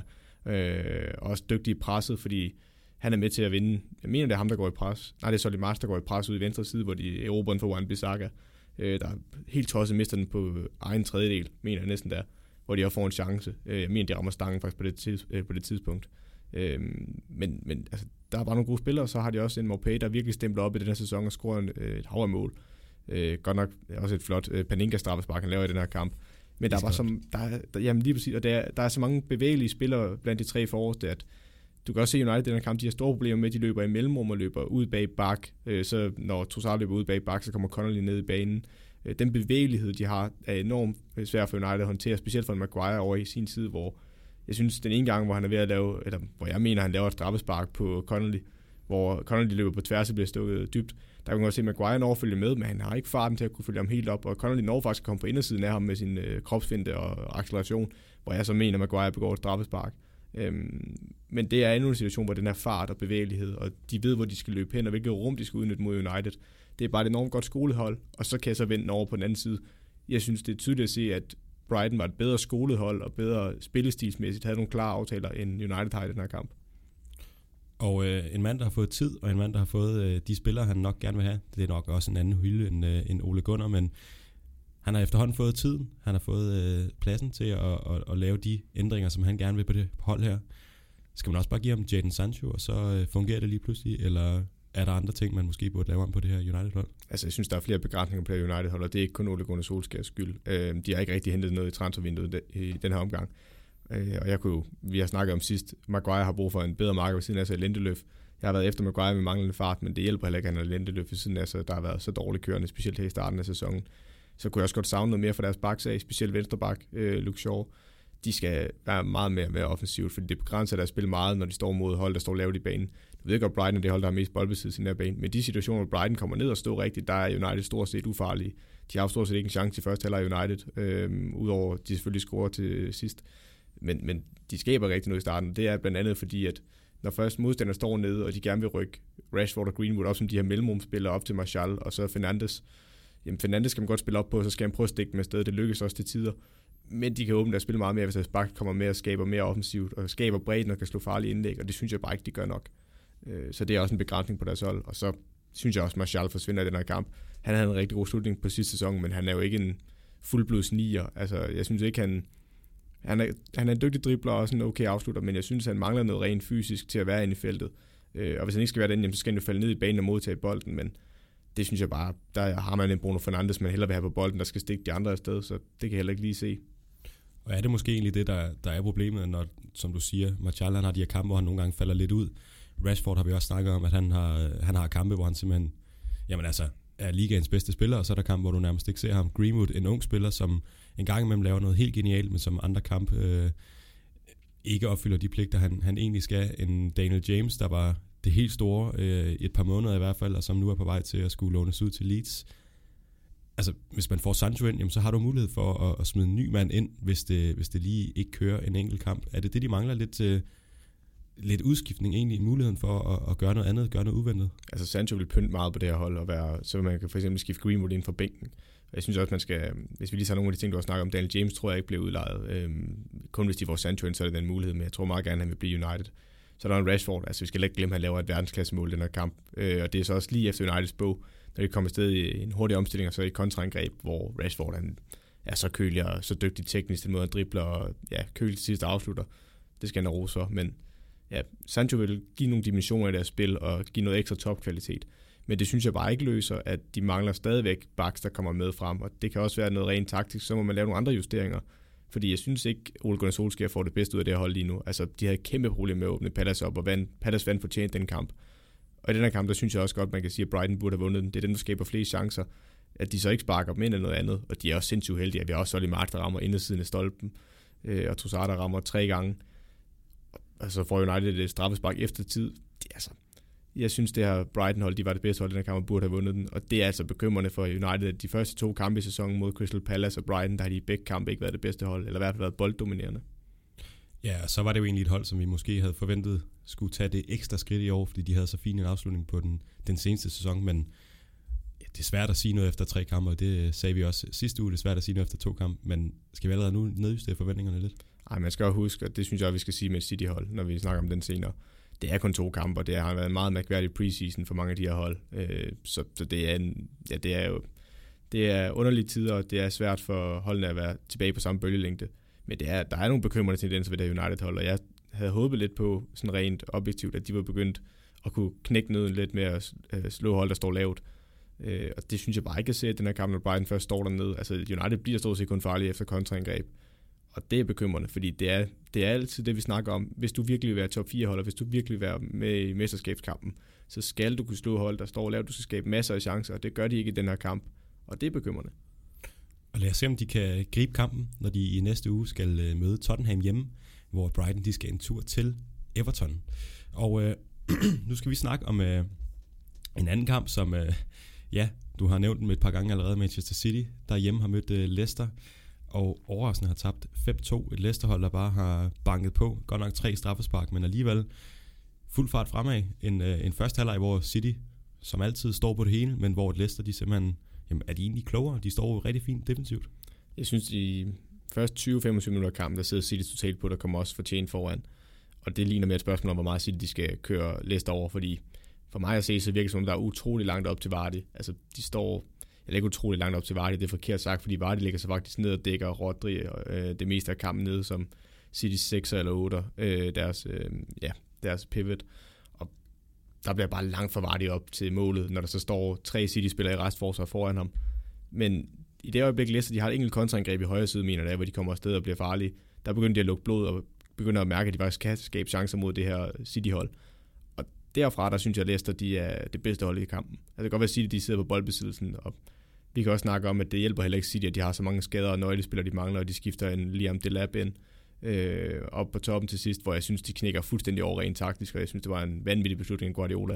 Også dygtig i presset, fordi han er med til at vinde. Jeg mener, det er ham, der går i pres. Nej, det er Solly March, der går i pres ud i venstre side, hvor de erobrer den for Wan-Bissaka. Øh, der er helt tosset mister den på egen tredjedel, mener jeg næsten der, hvor de også får en chance. Øh, jeg mener, de rammer stangen faktisk på det, tids, øh, på det tidspunkt. Øh, men men altså, der er bare nogle gode spillere, og så har de også en Maupay, der virkelig stempler op i den her sæson og scorer en, øh, et hav af mål. Øh, godt nok også et flot øh, Panenka-straffespark, han laver i den her kamp. Men der er bare som, der, der, jamen lige præcis, og der, der er så mange bevægelige spillere blandt de tre forreste, at du kan også se United i den her kamp, de har store problemer med, at de løber i mellemrum og løber ud bag bak. Øh, så når Trossard løber ud bag bak, så kommer Connolly ned i banen. Øh, den bevægelighed, de har, er enormt svær for United at håndtere, specielt for Maguire over i sin side, hvor jeg synes, den ene gang, hvor han er ved at lave, eller hvor jeg mener, han laver et straffespark på Connolly, hvor Connolly løber på tværs og bliver stukket dybt. Der kan man godt se, at Maguire når at følge med, men han har ikke farten til at kunne følge ham helt op, og Connolly når faktisk at komme på indersiden af ham med sin øh, kropsfinte og acceleration, hvor jeg så mener, at Maguire begår et straffespark. Øhm, men det er endnu en situation, hvor den er fart og bevægelighed, og de ved, hvor de skal løbe hen, og hvilket rum de skal udnytte mod United. Det er bare et enormt godt skolehold, og så kan jeg så vende over på den anden side. Jeg synes, det er tydeligt at se, at Brighton var et bedre skolet hold og bedre spillestilsmæssigt, havde nogle klare aftaler end United har i den her kamp. Og øh, en mand, der har fået tid, og en mand, der har fået øh, de spillere, han nok gerne vil have, det er nok også en anden hylde end, øh, end Ole Gunnar, men han har efterhånden fået tiden, han har fået øh, pladsen til at, at, at lave de ændringer, som han gerne vil på det hold her. Skal man også bare give ham Jadon Sancho, og så øh, fungerer det lige pludselig, eller er der andre ting, man måske burde lave om på det her United-hold? Altså, jeg synes, der er flere begrænsninger på det her United-hold, og det er ikke kun Ole Gunnar Solskjærs skyld. Øh, de har ikke rigtig hentet noget i transfervinduet i den her omgang. Øh, og jeg kunne, vi har snakket om sidst, Maguire har brug for en bedre marker ved siden af sig, Lindeløf. Jeg har været efter Maguire med manglende fart, men det hjælper heller ikke, at han har Lindeløf ved siden af sig, der har været så dårligt kørende, specielt her i starten af sæsonen. Så kunne jeg også godt savne noget mere for deres baksag, specielt venstreback, øh, Luke Shaw. De skal være meget mere, mere offensivt, fordi det begrænser deres spil meget, når de står mod hold, der står lavt i banen. Du ved godt, Brighton er det hold, der har mest boldbesiddelse i den her bane, men de situationer, hvor Brighton kommer ned og står rigtigt, der er United stort set ufarlige. De har jo stort set ikke en chance i første halvleg United, øh, udover de selvfølgelig scorer til sidst. Men, men de skaber rigtig noget i starten. Det er blandt andet fordi, at når først modstanderne står nede, og de gerne vil rykke Rashford og Greenwood op som de her mellemrumspillere op til Martial, og så Fernandes. Jamen Fernandes skal man godt spille op på, så skal han prøve at stikke med afsted. Det lykkes også til tider. Men de kan åbne deres spil meget mere, hvis deres bak kommer med og skaber mere offensivt, og skaber bredden og kan slå farlige indlæg, og det synes jeg bare ikke, de gør nok. Så det er også en begrænsning på deres hold. Og så synes jeg også, at Martial forsvinder i den her kamp. Han havde en rigtig god slutning på sidste sæson, men han er jo ikke en fuldblods nier. Altså, jeg synes ikke, han... Han er, han er en dygtig dribler og også en okay afslutter, men jeg synes, han mangler noget rent fysisk til at være inde i feltet. Øh, og hvis han ikke skal være den, så skal han jo falde ned i banen og modtage bolden, men det synes jeg bare, der har man en Bruno Fernandes, man hellere vil have på bolden, der skal stikke de andre afsted, så det kan jeg heller ikke lige se. Og er det måske egentlig det, der, der er problemet, når, som du siger, Martial han har de her kampe, hvor han nogle gange falder lidt ud. Rashford har vi også snakket om, at han har, han har kampe, hvor han simpelthen, jamen altså, er ligaens bedste spiller, og så er der kampe, hvor du nærmest ikke ser ham. Greenwood, en ung spiller, som en gang imellem laver noget helt genialt, men som andre kampe øh, ikke opfylder de pligter, han, han egentlig skal. En Daniel James, der var det helt store øh, et par måneder i hvert fald, og som nu er på vej til at skulle lånes ud til Leeds. Altså, hvis man får Sancho ind, jamen, så har du mulighed for at, at smide en ny mand ind, hvis det, hvis det lige ikke kører en enkelt kamp. Er det det, de mangler lidt til? Øh, lidt udskiftning egentlig, muligheden for at, at gøre noget andet, gøre noget uventet? Altså Sancho vil pynte meget på det her hold, og være, så man kan for eksempel skifte Greenwood ind fra bænken. Og jeg synes også, man skal, hvis vi lige tager nogle af de ting, du har snakket om, Daniel James tror jeg ikke bliver udlejet. Øhm, kun hvis de får Sancho ind, så er det den mulighed, men jeg tror meget gerne, at han vil blive United. Så der er en Rashford, altså vi skal ikke glemme, at han laver et verdensklassemål i den her kamp. Øh, og det er så også lige efter Uniteds bog, når de kommer afsted i en hurtig omstilling, og så i kontraangreb, hvor Rashford han er så kølig og så dygtig teknisk, den måde han dribler og ja, kølig til sidste afslutter. Det skal han have ros for, men ja, Sancho vil give nogle dimensioner i deres spil og give noget ekstra topkvalitet. Men det synes jeg bare ikke løser, at de mangler stadigvæk backs, der kommer med frem. Og det kan også være noget rent taktisk, så må man lave nogle andre justeringer. Fordi jeg synes ikke, Ole Gunnar Solskjær får det bedste ud af det her hold lige nu. Altså, de havde et kæmpe problem med at åbne Palace op, og vand, Palace vandt fortjent den kamp. Og i den her kamp, der synes jeg også godt, man kan sige, at Brighton burde have vundet den. Det er den, der skaber flest chancer. At de så ikke sparker dem ind eller noget andet. Og de er også sindssygt heldige, at vi også Solly Mark, der rammer indersiden af stolpen. Og Trossard, der rammer tre gange. Altså får United et straffespark efter tid. Det er altså, jeg synes, det her Brighton-hold, de var det bedste hold i den her kamp, og burde have vundet den. Og det er altså bekymrende for United, at de første to kampe i sæsonen mod Crystal Palace og Brighton, der har de i begge kampe ikke været det bedste hold, eller i hvert fald været bolddominerende. Ja, og så var det jo egentlig et hold, som vi måske havde forventet skulle tage det ekstra skridt i år, fordi de havde så fin en afslutning på den, den seneste sæson, men ja, det er svært at sige noget efter tre kampe, og det sagde vi også sidste uge, det er svært at sige noget efter to kampe, men skal vi allerede nu nedjustere forventningerne lidt? Nej, man skal jo huske, og det synes jeg, vi skal sige med City-hold, når vi snakker om den senere. Det er kun to kampe, og det har været en meget mærkværdig preseason for mange af de her hold. Øh, så, så det er en, ja, det er jo det er underlige tider, og det er svært for holdene at være tilbage på samme bølgelængde. Men det er, der er nogle bekymrende tendenser ved det United-hold, og jeg havde håbet lidt på, sådan rent objektivt, at de var begyndt at kunne knække nøden lidt med at slå hold, der står lavt. Øh, og det synes jeg bare ikke at se, at den her kamp, når Brighton først står dernede. Altså United bliver stort set kun farlige efter kontraangreb. Og det er bekymrende, fordi det er, det er altid det, vi snakker om. Hvis du virkelig vil være top fire holder, hvis du virkelig vil være med i mesterskabskampen, så skal du kunne slå hold, der står lavt. Du skal skabe masser af chancer, og det gør de ikke i den her kamp. Og det er bekymrende. Og lad os se, om de kan gribe kampen, når de i næste uge skal møde Tottenham hjemme, hvor Brighton de skal en tur til Everton. Og øh, nu skal vi snakke om øh, en anden kamp, som øh, ja, du har nævnt den med et par gange allerede, Manchester City, der hjemme har mødt øh, Leicester, og overraskende har tabt fem to. Et Leicester-hold, der bare har banket på. Godt nok tre straffespark, men alligevel fuld fart fremad. En, øh, en første halvleg, hvor City, som altid, står på det hele, men hvor Leicester, de simpelthen, jamen, er de egentlig klogere? De står jo rigtig fint defensivt. Jeg synes, de, først tyve til femogtyve minutter af kampen, der sidder City totalt på, der kommer også fortjent foran. Og det ligner mere et spørgsmål om, hvor meget City de skal køre Leicester over, fordi for mig at se, så virker det som om, der er utrolig langt op til Vardy. Altså, de står, eller ikke utrolig langt op til Vardy, det er forkert sagt, fordi Vardy ligger så faktisk ned og dækker Rodri øh, det meste af kampen nede, som City sekser eller otter, øh, deres, øh, ja, deres pivot. Og der bliver bare langt for Vardy op til målet, når der så står tre City-spillere i restforsvar foran ham. Men i det øjeblik, Leicester, de har et enkelt kontraangreb i højre side, mener jeg, hvor de kommer afsted og bliver farlige. Der begynder de at lukke blod og begynder at mærke, at de faktisk kan skabe chancer mod det her City-hold. Og derfra, der synes jeg, at Leicester, de er det bedste hold i kampen. Altså, det kan godt være, at City, de sidder på boldbesiddelsen, og vi kan også snakke om, at det hjælper heller ikke City, at de har så mange skader og nøglespillere, de mangler, og de skifter en Liam Delap ind øh, op på toppen til sidst, hvor jeg synes, de knækker fuldstændig over rent taktisk, og jeg synes, det var en vanvittig beslutning af Guardiola.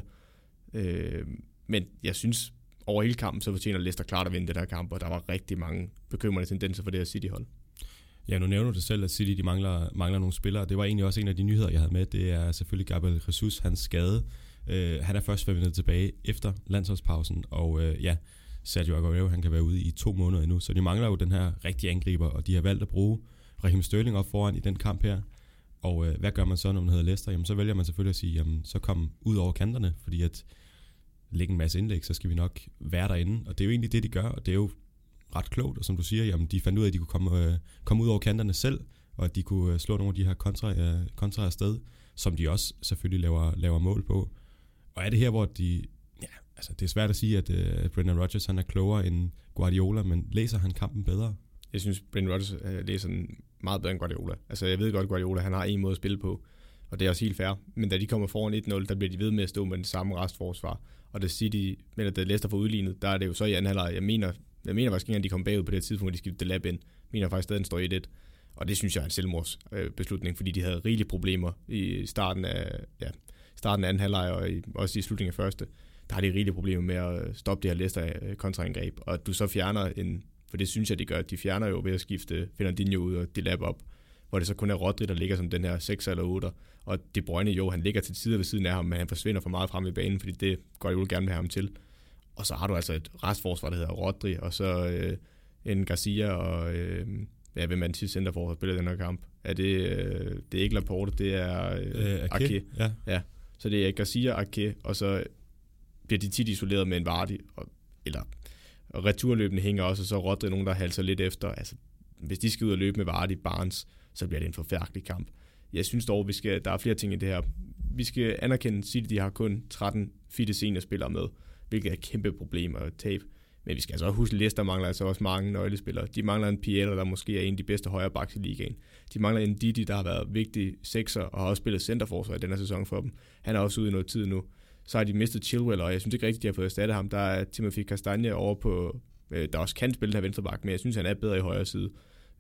Øh, men jeg synes, over hele kampen, så fortjener Leicester klart at vinde den her kamp, og der var rigtig mange bekymrende tendenser for det her City-hold. Ja, nu nævner du selv, at City de mangler, mangler nogle spillere. Det var egentlig også en af de nyheder, jeg havde med. Det er selvfølgelig Gabriel Jesus, hans skade. Uh, han er først vendt tilbage efter landsholdspausen, og uh, ja, Sergio Aguero, han kan være ude i to måneder endnu. Så de mangler jo den her rigtige angriber, og de har valgt at bruge Raheem Sterling op foran i den kamp her. Og uh, hvad gør man så, når man hedder Leicester? Jamen, så vælger man selvfølgelig at sige, jamen, så kom ud over kanterne, fordi at lægge en masse indlæg, så skal vi nok være derinde. Og det er jo egentlig det, de gør, og det er jo ret klogt, og som du siger, jamen, de fandt ud af, at de kunne komme, øh, komme ud over kanterne selv, og at de kunne øh, slå nogle af de her kontra, øh, kontra afsted, som de også selvfølgelig laver, laver mål på. Og er det her, hvor de, ja, altså det er svært at sige, at øh, Brendan Rodgers, han er klogere end Guardiola, men læser han kampen bedre? Jeg synes, Brendan Rodgers øh, læser den meget bedre end Guardiola. Altså jeg ved godt, Guardiola, han har en måde at spille på, og det er også helt fair. Men da de kommer foran et nul, der bliver de ved med at stå med den samme restforsvar. Og da City, eller da Leicester får udlignet, der er det jo så i anden halvleg. Jeg mener, jeg mener faktisk ikke engang, de kom bagud på det tidspunkt, hvor de skiftede Delap ind. Jeg mener faktisk stadig, den står et et. Og det synes jeg er en selvmordsbeslutning, fordi de havde rigelige problemer i starten af, ja, starten af anden halvleg, og i, også i slutningen af første. Der har de rigelige problemer med at stoppe det her Leicester kontraangreb. Og at du så fjerner en, for det synes jeg, de gør, de fjerner jo ved at skifte Fernandinho ud og Delap op, hvor det så kun er Rodri, der ligger som den her seks eller otte. Og De Bruyne, jo, han ligger til tider ved siden af ham, men han forsvinder for meget frem i banen, fordi det går jo gerne med ham til. Og så har du altså et restforsvar, der hedder Rodri, og så øh, en Garcia, og øh, ja, hvem er den sidste centerforsvar, der spiller den her kamp? Er det, øh, det er ikke Laporte, det er øh, øh, Ake. Ja. ja. Så det er Garcia, Ake, og så bliver de tit isoleret med en Vardy, og, eller og returløbende hænger også, og så Rodri nogen, der halser lidt efter. Altså, hvis de skal ud og løbe med Vardy, Barnes, så bliver det en forfærdelig kamp. Jeg synes dog, vi skal, der er flere ting i det her. Vi skal anerkende, at City de har kun tretten fitte seniorspillere med, hvilket er et kæmpe problem at tabe. Men vi skal altså også huske, at Leicester mangler altså også mange nøglespillere. De mangler en Pietro, der måske er en af de bedste højrebacks i ligaen. De mangler en Didi, der har været vigtig sekser og har også spillet centerforsvar i den her sæson for dem. Han er også ude i noget tid nu. Så har de mistet Chilwell, og jeg synes ikke rigtigt, de har fået erstattet ham. Der er Timothy Castagne over på, øh, der også kan spille den her venstreback, men jeg synes, han er bedre i højre side.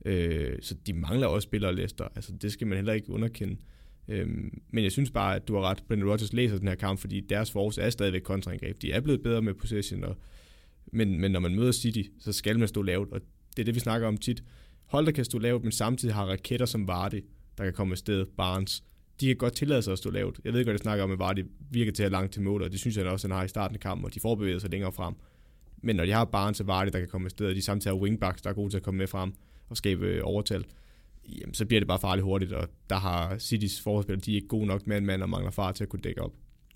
Øh, så de mangler også spillere, Leicester. Altså, det skal man heller ikke underkende. Øh, men jeg synes bare, at du har ret. Brendan Rodgers læser den her kamp, fordi deres force er stadigvæk kontraangreb. De er blevet bedre med possession, og, men, men når man møder City, så skal man stå lavt, og det er det, vi snakker om tit. Hold, der kan stå lavt, men samtidig har raketter som Vardy, der kan komme afsted, Barnes. De kan godt tillade sig at stå lavt. Jeg ved godt, at jeg snakker om, at Vardy virker til at langt til mål, og det synes jeg også, han har i starten af kampen, og de forbevæger sig længere frem. Men når de har Barnes og Vardy, der kan komme afsted, og de samtidig har wingbacks, der er gode til at komme med frem og skabe overtal, jamen, så bliver det bare farligt hurtigt, og der har Citys forspillere, de er ikke gode nok med en mand og mangler far til at kunne dække op.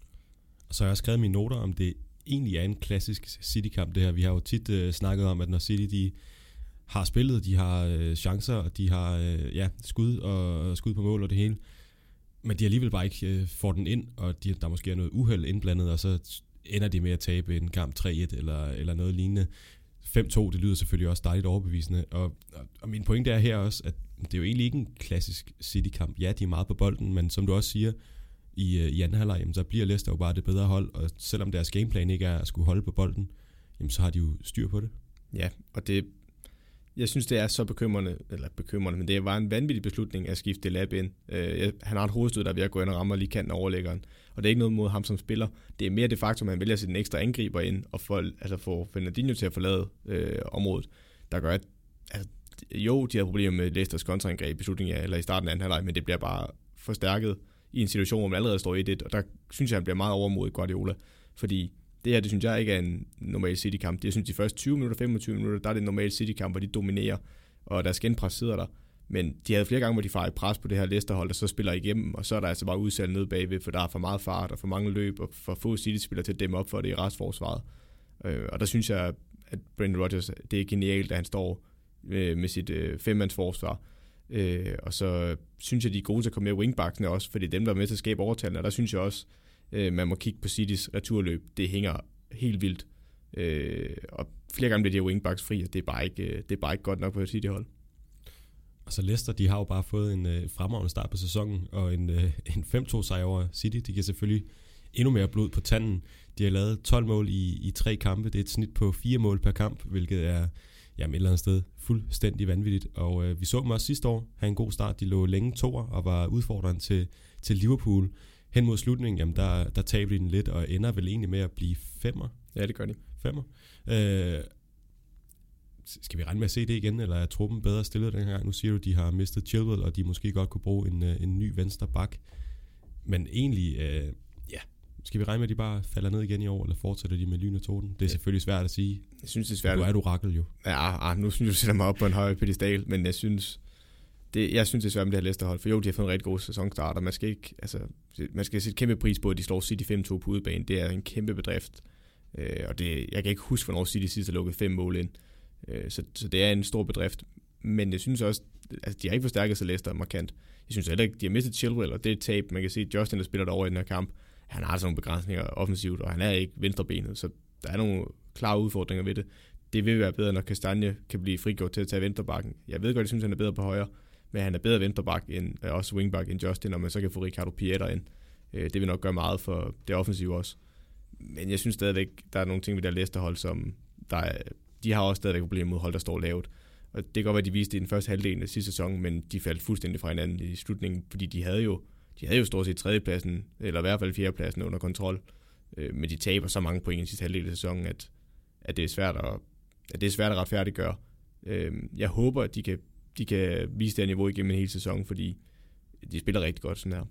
Og så har jeg skrevet mine noter, om det egentlig er en klassisk City-kamp, det her. Vi har jo tit øh, snakket om, at når City de har spillet, de har øh, chancer, og de har øh, ja, skud og, og skud på mål og det hele, men de alligevel bare ikke øh, får den ind, og de, der måske er noget uheld indblandet, og så ender de med at tabe en kamp tre et eller, eller noget lignende. fem to, det lyder selvfølgelig også dejligt overbevisende, og, og, og min pointe er her også, at det er jo egentlig ikke en klassisk City-kamp. Ja, de er meget på bolden, men som du også siger, i, i anden halvleg, så bliver Leicester jo bare det bedre hold, og selvom deres gameplan ikke er at skulle holde på bolden, jamen, så har de jo styr på det. Ja, og det, jeg synes, det er så bekymrende, eller bekymrende, men det var en vanvittig beslutning at skifte Delap ind. Øh, han har et hovedstød, der er ved at gå ind og ramme lige kanten af overlæggeren, og det er ikke noget mod ham som spiller. Det er mere det faktum, at han vælger at sætte en ekstra angriber ind, og få, altså få Fernandinho til at forlade øh, området, der gør, at altså, jo, de har problemer med Leicesters kontraangreb i slutningen af, eller i starten af anden halvleg, men det bliver bare forstærket i en situation, hvor man allerede står et et, og der synes jeg, han bliver meget overmodig Guardiola, fordi det her, det synes jeg ikke er en normal City-kamp. Det, jeg synes, de første tyve minutter, femogtyve minutter, der er det en normal City-kamp, hvor de dominerer, og deres genpres sidder der. Men de havde flere gange, hvor de fejrer pres på det her Leicester-hold, der så spiller igennem, og så er der altså bare udsalg nede bagved, for der er for meget fart og for mange løb, og for få City-spillere til at dæmme op for det i restforsvaret. Øh, og der synes jeg, at Brendan Rodgers, det er genialt, at han står øh, med sit øh, femmandsforsvar. Øh, og så synes jeg, de er gode til at komme med wingbacksene også, fordi dem, der er med til at skabe overtallene, og der synes jeg også, øh, man må kigge på Citys returløb. Det hænger helt vildt. Øh, og flere gange bliver de her wingbacks fri, og det er bare ikke, øh, det er bare ikke godt nok på et City-hold. Altså Leicester, de har jo bare fået en øh, fremragende start på sæsonen, og en, øh, en fem to sejr over City. De giver selvfølgelig endnu mere blod på tanden. De har lavet tolv mål i, i tre kampe. Det er et snit på fire mål per kamp, hvilket er jamen, et eller andet sted fuldstændig vanvittigt. Og øh, vi så dem også sidste år have en god start. De lå længe toer og var udfordreren til, til Liverpool. Hen mod slutningen, jamen, der, der taber de den lidt, og ender vel egentlig med at blive femmer. Ja, det gør de. Femmer. Øh, Skal vi regne med at se det igen, eller er truppen bedre stillet den her gang? Nu siger du, at de har mistet Chilwell, og de måske godt kunne bruge en, en ny venstre bak. Men egentlig, øh, ja, skal vi regne med, at de bare falder ned igen i år, eller fortsætter de med lyn og torden? Det er ja. selvfølgelig svært at sige. Jeg synes, det er svært. Du er et orakel jo. Ja, ah, nu synes jeg, du sætter mig op på en høj pedestal, men jeg synes, det, jeg synes, det er svært med det her Leicester-hold. For jo, de har fået en rigtig god sæsonstart, og man skal ikke, altså, man skal sætte kæmpe pris på, at de slår City fem to på udebane. Det er en kæmpe bedrift. Øh, og det, jeg kan ikke huske, hvornår City sidst har lukket fem mål ind. Så, så det er en stor bedrift. Men jeg synes også, altså de har ikke forstærket sig Leicester markant. Jeg synes heller ikke, de har mistet Chilwell, og det er et tab. Man kan se, at Justin, der spiller derovre i den her kamp, han har altså nogle begrænsninger offensivt, og han er ikke venstrebenet, så der er nogle klare udfordringer ved det. Det vil være bedre, når Castagne kan blive frigjort til at tage venstrebakken. Jeg ved godt, jeg synes, han er bedre på højre, men han er bedre venstreback end øh, også wingback end Justin, og man så kan få Ricardo Pieter ind. Øh, det vil nok gøre meget for det offensive også. Men jeg synes stadigvæk, der er nogle ting ved der Leicester-hold, som der er, de har også stadigvæk problemer mod hold, der står lavt. Og det kan godt være, at de viste det i den første halvdel af sidste sæson, men de faldt fuldstændig fra hinanden i slutningen, fordi de havde jo, de havde jo stort set tredjepladsen, eller i hvert fald fjerdepladsen under kontrol. Øh, men de taber så mange point i den sidste halvdel af sæsonen, at, at, det er svært at, at det er svært at retfærdiggøre. Øh, jeg håber, at de kan, de kan vise det her niveau igennem en hel sæson, fordi de spiller rigtig godt sådan her.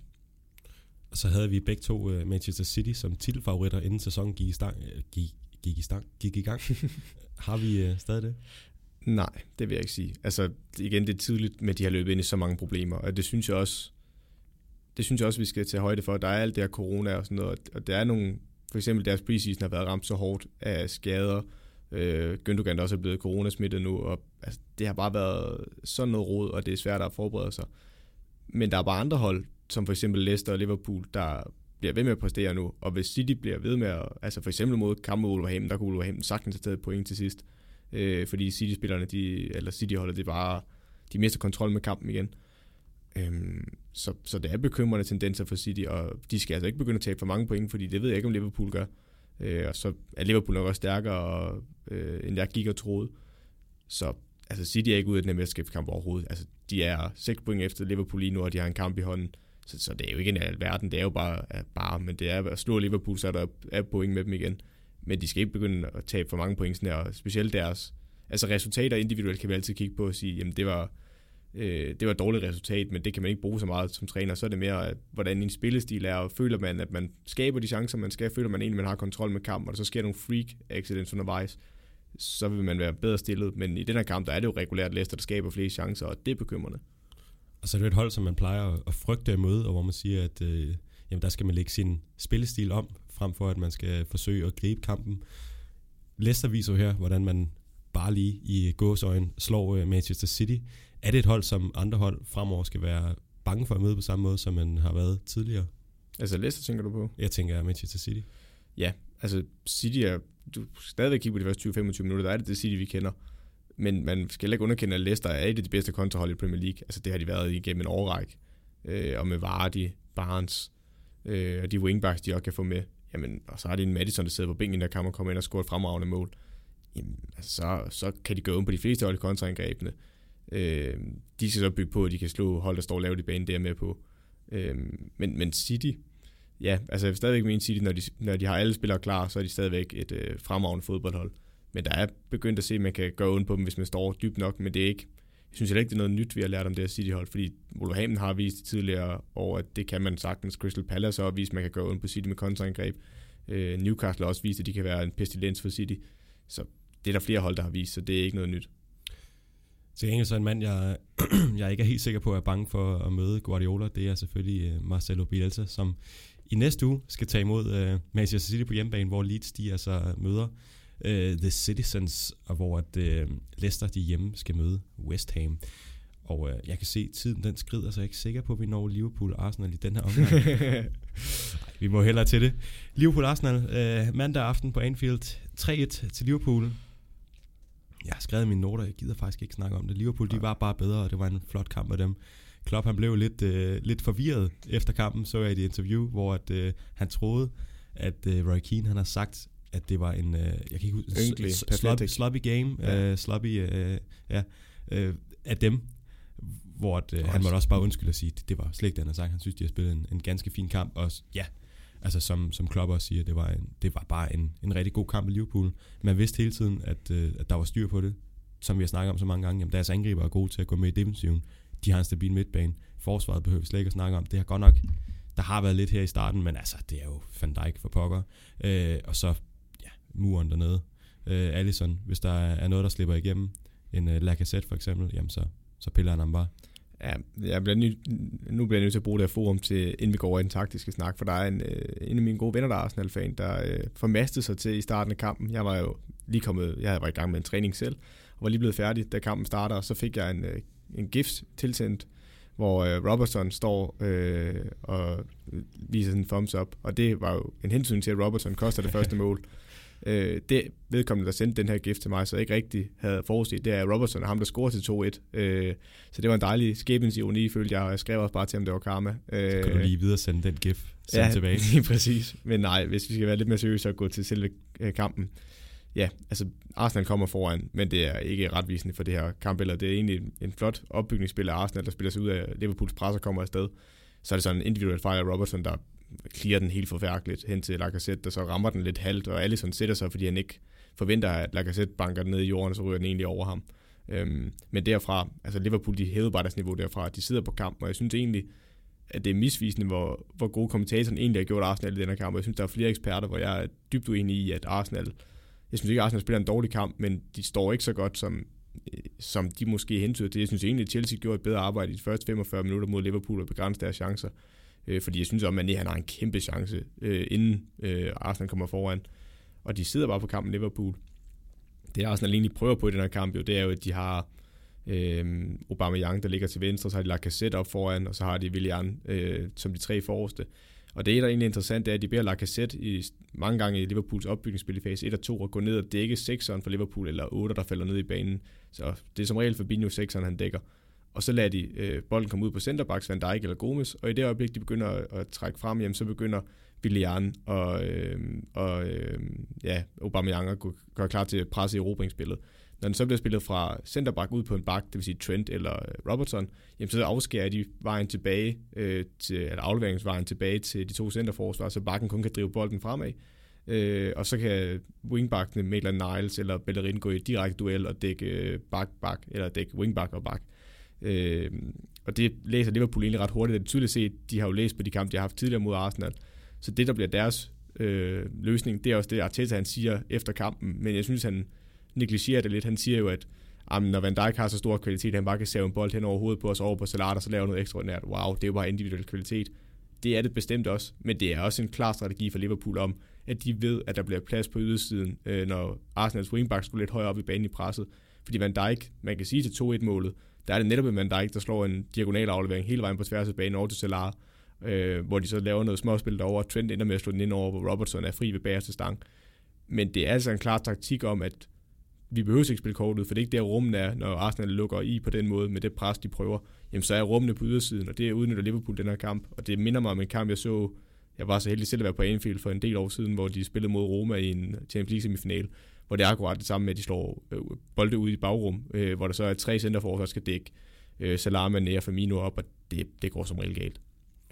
Og så havde vi begge to uh, Manchester City som titelfavoritter, inden sæsonen gik i, stang, gik, gik i, stang, gik i gang. Har vi uh, stadig det? Nej, det vil jeg ikke sige. Altså igen, det er tidligt med, de har løbet ind i så mange problemer, og det synes jeg også, det synes jeg også, vi skal tage højde for. Der er alt det her corona og sådan noget, og der er nogle, for eksempel deres preseason har været ramt så hårdt af skader. Øh, Gündogan også er blevet coronasmittet nu, og altså, det har bare været sådan noget rod, og det er svært at forberede sig. Men der er bare andre hold, som for eksempel Leicester og Liverpool, der bliver ved med at præstere nu, og hvis City bliver ved med at, altså for eksempel mod kampen mod Wolverhampton, der kunne Wolverhampton sagtens have taget point til sidst, øh, fordi City-spillerne, de, eller City-holdet, det bare, de mister kontrol med kampen igen. Øhm, så, så det er bekymrende tendenser for City, og de skal altså ikke begynde at tabe for mange point, fordi det ved jeg ikke, om Liverpool gør. Øh, og så er Liverpool nok også stærkere, øh, end jeg gik og troede. Så altså City er ikke ude af den her mesterskabskamp overhovedet. Altså, de er seks point efter Liverpool lige nu, og de har en kamp i hånden. Så, så det er jo ikke en alverden, det er jo bare, bare men det er at slå Liverpool, så er der er point med dem igen. Men de skal ikke begynde at tabe for mange point sådan her, og specielt deres, altså resultater individuelt kan vi altid kigge på og sige, jamen det var, øh, det var et dårligt resultat, men det kan man ikke bruge så meget som træner. Så er det mere, at, hvordan en spillestil er, og føler man, at man skaber de chancer, man skal, føler man egentlig, man har kontrol med kampen, og så sker nogle freak accidents undervejs, så vil man være bedre stillet. Men i den her kamp, der er det jo regulært Leicester, der skaber flere chancer, og det er bekymrende. Og så er det et hold, som man plejer at frygte at møde, og hvor man siger, at øh, jamen, der skal man lægge sin spillestil om, frem for at man skal forsøge at gribe kampen. Leicester viser jo her, hvordan man bare lige i gåseøjne slår øh, Manchester City. Er det et hold, som andre hold fremover skal være bange for at møde på samme måde, som man har været tidligere? Altså Leicester tænker du på? Jeg tænker Manchester City. Ja, altså City er, du skal stadigvæk kigge på de første tyve til femogtyve minutter, der er det det City, vi kender. Men man skal heller ikke underkende, at Leicester er et af de bedste kontrahold i Premier League. Altså det har de været igennem en årrække. Øh, og med Vardy, Barnes øh, og de wingbacks, de også kan få med. Jamen, og så har de en Maddison, der sidder på bænken, der kan man komme ind og score et fremragende mål. Jamen, altså, så, så kan de gå ind på de fleste hold i kontraangrebene. Øh, de skal så bygge på, at de kan slå hold, der står lavt i banen, der med på. Øh, men, men City, ja, altså jeg vil stadigvæk mene City, når de, når de har alle spillere klar, så er de stadigvæk et øh, fremragende fodboldhold. Men der er begyndt at se, at man kan gøre ondt på dem, hvis man står dybt nok, men det er ikke, jeg synes heller ikke, det er noget nyt, vi har lært om det her City-hold, fordi Wolverhampton har vist tidligere år, at det kan man sagtens. Crystal Palace har vist, at man kan gøre ondt på City med kontraangreb. Øh, Newcastle har også vist, at de kan være en pestilens for City. Så det er der flere hold, der har vist, så det er ikke noget nyt. Til gengæld så en mand, jeg, jeg ikke er helt sikker på, at er bange for at møde Guardiola, det er selvfølgelig uh, Marcelo Bielsa, som i næste uge skal tage imod uh, Manchester City på hjemmebane, hvor Leeds de altså møder uh, The Citizens, og hvor at, uh, Leicester de hjemme skal møde West Ham. Og uh, jeg kan se, at tiden den skrider, så jeg er ikke sikker på, at vi når Liverpool og Arsenal i den her omgang. Ej, vi må hellere til det. Liverpool-Arsenal uh, mandag aften på Anfield, tre et til Liverpool. Jeg har skrevet mine noter, jeg gider faktisk ikke snakke om det. Liverpool, de var bare bedre, og det var en flot kamp af dem. Klopp, han blev lidt, øh, lidt forvirret efter kampen, så jeg i et interview, hvor at, øh, han troede, at øh, Roy Keane, han har sagt, at det var en, øh, jeg kan ikke huske, Ynkelig, s- sloppy, sloppy game, ja. øh, sloppy, øh, ja, øh, af dem, hvor at, øh, han måtte også bare undskylde og sige, det, det var slet ikke det, han har sagt. Han synes, de har spillet en, en ganske fin kamp, og ja, altså som, som Klopp også siger, det var, en, det var bare en, en rigtig god kamp i Liverpool. Man vidste hele tiden, at, øh, at der var styr på det, som vi har snakket om så mange gange. Jamen, deres angriber er gode til at gå med i defensiven. De har en stabil midtbane. Forsvaret behøver vi slet ikke at snakke om. Det har godt nok, der har været lidt her i starten, men altså, det er jo Van Dijk for pokker. Øh, og så, ja, muren dernede. Øh, Alisson, hvis der er noget, der slipper igennem, en uh, Lacazette for eksempel, jamen så, så piller han ham bare. Ja, jeg bliver ny, nu bliver jeg nødt til at bruge det her forum til, inden vi går over i den taktiske snak, for der er en, øh, en af mine gode venner, der er Arsenal-fan, der øh, formastede sig til i starten af kampen. Jeg var jo lige kommet, jeg var i gang med en træning selv, og var lige blevet færdig, da kampen starter, og så fik jeg en, øh, en gift tilsendt, hvor øh, Robertson står øh, og viser sådan en thumbs up, og det var jo en hensyn til, at Robertson koster det første mål. Øh, det vedkommende, der sendte den her gift til mig, så ikke rigtig havde forudset, det er Robertson og ham, der scorer til to et. Øh, så det var en dejlig skæbens ironi, følte jeg, og jeg skrev også bare til ham, det var karma. Øh, så kan du lige videre sende den gif sende ja, tilbage. Ja, præcis. Men nej, hvis vi skal være lidt mere seriøse og gå til selve kampen. Ja, altså Arsenal kommer foran, men det er ikke retvisende for det her kampbillede. Det er egentlig en flot opbygningsspil af Arsenal, der spiller sig ud af Liverpools pres og kommer afsted. Så er det sådan en individuel fejl af Robertson, der clear den helt forfærdeligt hen til Lacazette, der så rammer den lidt halvt, og Alisson sætter sig, fordi han ikke forventer, at Lacazette banker den ned i jorden, og så ryger den egentlig over ham. Øhm, men derfra, altså Liverpool, de hævede bare deres niveau derfra, de sidder på kampen, og jeg synes egentlig, at det er misvisende, hvor, hvor gode kommentatoren egentlig har gjort Arsenal i denne kamp, og jeg synes, der er flere eksperter, hvor jeg er dybt uenig i, at Arsenal, jeg synes ikke, at Arsenal spiller en dårlig kamp, men de står ikke så godt, som, som de måske hentyder til. Jeg synes egentlig, at Chelsea gjorde et bedre arbejde i de første femogfyrre minutter mod Liverpool og begrænse deres chancer. Øh, fordi jeg synes også, at Mané, han har en kæmpe chance, øh, inden øh, Arsenal kommer foran. Og de sidder bare på kampen Liverpool. Det Arsenal egentlig prøver på i den her kamp, jo, det er jo, at de har øh, Aubameyang, der ligger til venstre, så har de Lacazette op foran, og så har de Willian øh, som de tre forreste. Og det, der er egentlig interessant, det er, at de beder Lacazette i, mange gange i Liverpools opbygningsspil i fase et og to at gå ned og dække sekseren for Liverpool, eller otte, der falder ned i banen. Så det er som regel Fabinho sekseren, han dækker. Og så lader de øh, bolden komme ud på centerbacks, Van Dijk eller Gomez, og i det øjeblik, de begynder at, at trække frem, jamen, så begynder Willian og, øh, og øh, ja, Aubameyang at gøre klar til at presse erobringsspillet. Når den så bliver spillet fra centerback ud på en bak, det vil sige Trent eller Robertson, jamen, så afskærer de vejen tilbage, øh, til, eller afleveringsvejen tilbage til de to centerforsvar, så bakken kun kan drive bolden fremad. Øh, og så kan wingbackene Maitland-Niles eller Bellerin gå i direkte duel og dække back-back, eller dække wingback og back. Øh, og det læser Liverpool egentlig ret hurtigt. Det er tydeligt set, de har jo læst på de kampe, de har haft tidligere mod Arsenal. Så det, der bliver deres øh, løsning, det er også det, Arteta han siger efter kampen. Men jeg synes, han negligerer det lidt. Han siger jo, at jamen, når Van Dijk har så stor kvalitet, at han bare kan save en bold hen over hovedet på os over på Salah, og så lave noget ekstraordinært. Wow, det er jo bare individuel kvalitet. Det er det bestemt også, men det er også en klar strategi for Liverpool om, at de ved, at der bliver plads på ydersiden, øh, når Arsenals wingback skulle lidt højere op i banen i presset. Fordi Van Dijk, man kan sige til to et-målet, der er det netop en Van Dijk, der slår en diagonal aflevering hele vejen på tværs af banen over til Salah, øh, hvor de så laver noget småspil derovre, og Trent ender med at slå den ind over, hvor Robertson er fri ved bagerste stang. Men det er altså en klar taktik om, at vi behøver ikke spille kortet, for det er ikke der rummen er, når Arsenal lukker i på den måde, med det pres, de prøver. Jamen, så er rummene på ydersiden, og det er udnytter Liverpool den her kamp. Og det minder mig om en kamp, jeg så, jeg var så heldig selv at være på Anfield for en del år siden, hvor de spillede mod Roma i en Champions League semifinal, hvor det er akkurat det samme med, at de slår øh, bolde ud i bagrum, øh, hvor der så er tre centerforsvar, der skal dække øh, Salah, Mané og Firmino op, og det, det går som regel galt.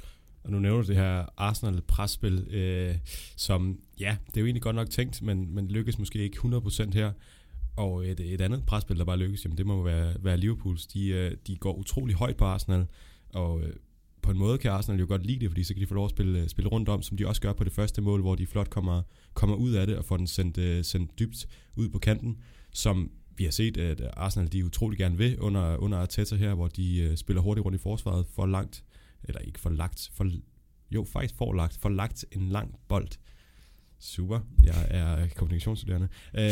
Og nu nævner du det her Arsenal-presspil, øh, som, ja, det er jo egentlig godt nok tænkt, men, men lykkes måske ikke hundrede procent her. Og et, et andet presspil, der bare lykkes, jamen det må være, være Liverpools. De, de går utrolig højt på Arsenal, og på en måde kan Arsenal jo godt lide det, fordi så kan de få lov at spille, spille rundt om, som de også gør på det første mål, hvor de flot kommer, kommer ud af det og får den sendt, sendt dybt ud på kanten, som vi har set, at Arsenal de utrolig gerne vil under, under Arteta her, hvor de øh, spiller hurtigt rundt i forsvaret, for langt, eller ikke for lagt, for, jo faktisk for lagt, for lagt en lang bold. Super, jeg er kommunikationsstuderende. øh,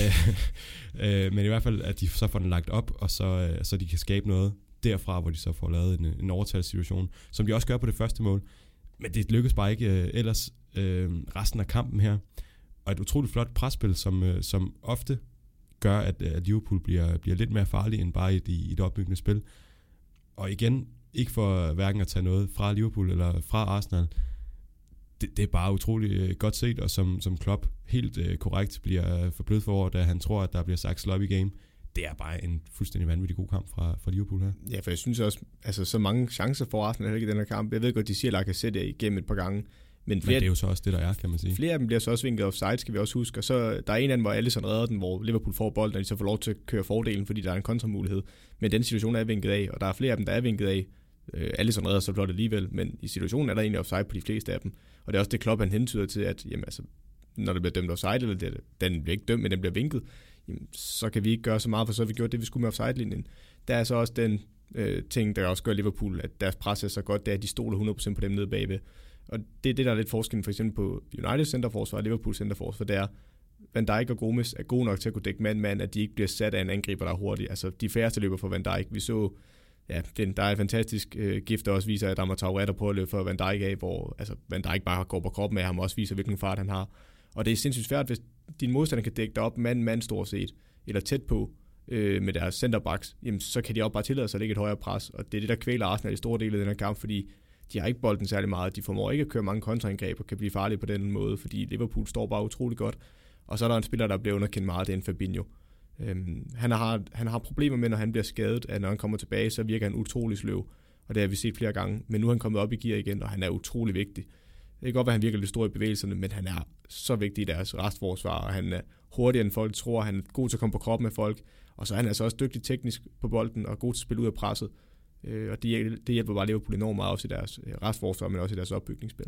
øh, men i hvert fald, at de så får den lagt op, og så, øh, så de kan skabe noget derfra, hvor de så får lavet en, en overtalssituation, som de også gør på det første mål. Men det lykkes bare ikke øh, ellers øh, resten af kampen her. Og et utroligt flot presspil, som, øh, som ofte gør, at, at Liverpool bliver, bliver lidt mere farlig end bare i, i et opbyggende spil. Og igen, ikke for hverken at tage noget fra Liverpool eller fra Arsenal. Det, det er bare utroligt øh, godt set, og som, som Klopp helt øh, korrekt bliver forblødt for over, da han tror, at der bliver sagt sloppy game. Det er bare en fuldstændig vanvittig god kamp fra, fra Liverpool her. Ja, for jeg synes også, altså så mange chancer for Arsenal ikke i den her kamp. Jeg ved godt, de siger, at Lacazette igennem et par gange. Men, flere, men det er jo så også det, der er, kan man sige. Flere af dem bliver så også vinklet offside, skal vi også huske. Og så der er en af dem, hvor Alisson redder den, hvor Liverpool får bolden, og de så får lov til at køre fordelen, fordi der er en kontramulighed. Men den situation er vinket af, og der er flere af dem, der er vinket af. Øh, Alisson redder så flot alligevel, men i situationen er der egentlig offside på de fleste af dem. Og det er også det, Klopp han hentyder til, at jamen, altså, når der bliver dømt offside, eller det, den bliver ikke dømt, men den bliver vinket, jamen, så kan vi ikke gøre så meget, for så har vi gjort det, vi skulle med offside-linjen. Der er så også den øh, ting, der også gør Liverpool, at deres pres er så godt, det er, at de stoler hundrede procent på dem nede bagved. Og det er det, der er lidt forskellen for eksempel på United centerforsvar og Liverpool centerforsvar, det er, Van Dijk og Gomez er gode nok til at kunne dække mand-mand, at de ikke bliver sat af en angriber, der er hurtig. Altså, de færreste løber for Van Dijk. Vi så, ja, den, der er et fantastisk øh, gift, der også viser, at Adama Traoré der på at løbe for Van Dijk af, hvor altså, Van Dijk bare går på kroppen af ham, og også viser, hvilken fart han har. Og det er sindssygt svært, hvis din modstander kan dække dig op mand-mand stort set, eller tæt på øh, med deres centerbacks, jamen, så kan de også bare tillade sig at lægge et højere pres. Og det er det, der kvæler Arsenal i store dele af den her kamp, fordi de har ikke bolden særlig meget. De formår ikke at køre mange kontraangreb og kan blive farlige på den måde, fordi Liverpool står bare utrolig godt. Og så er der en spiller, der bliver underkendt meget, det er en Fabinho. Øhm, han, har, han har problemer med, når han bliver skadet, at når han kommer tilbage, så virker han utrolig sløv. Og det har vi set flere gange. Men nu er han kommet op i gear igen, og han er utrolig vigtig. Det kan godt være, at han virker lidt stor i bevægelserne, men han er så vigtig i deres restforsvar, og han er hurtigere end folk tror. Han er god til at komme på kroppen med folk, og så er han altså også dygtig teknisk på bolden, og god til at spille ud af presset. Og det, det hjælper bare Liverpool enormt meget også i deres restforsvar, men også i deres opbygningsspil.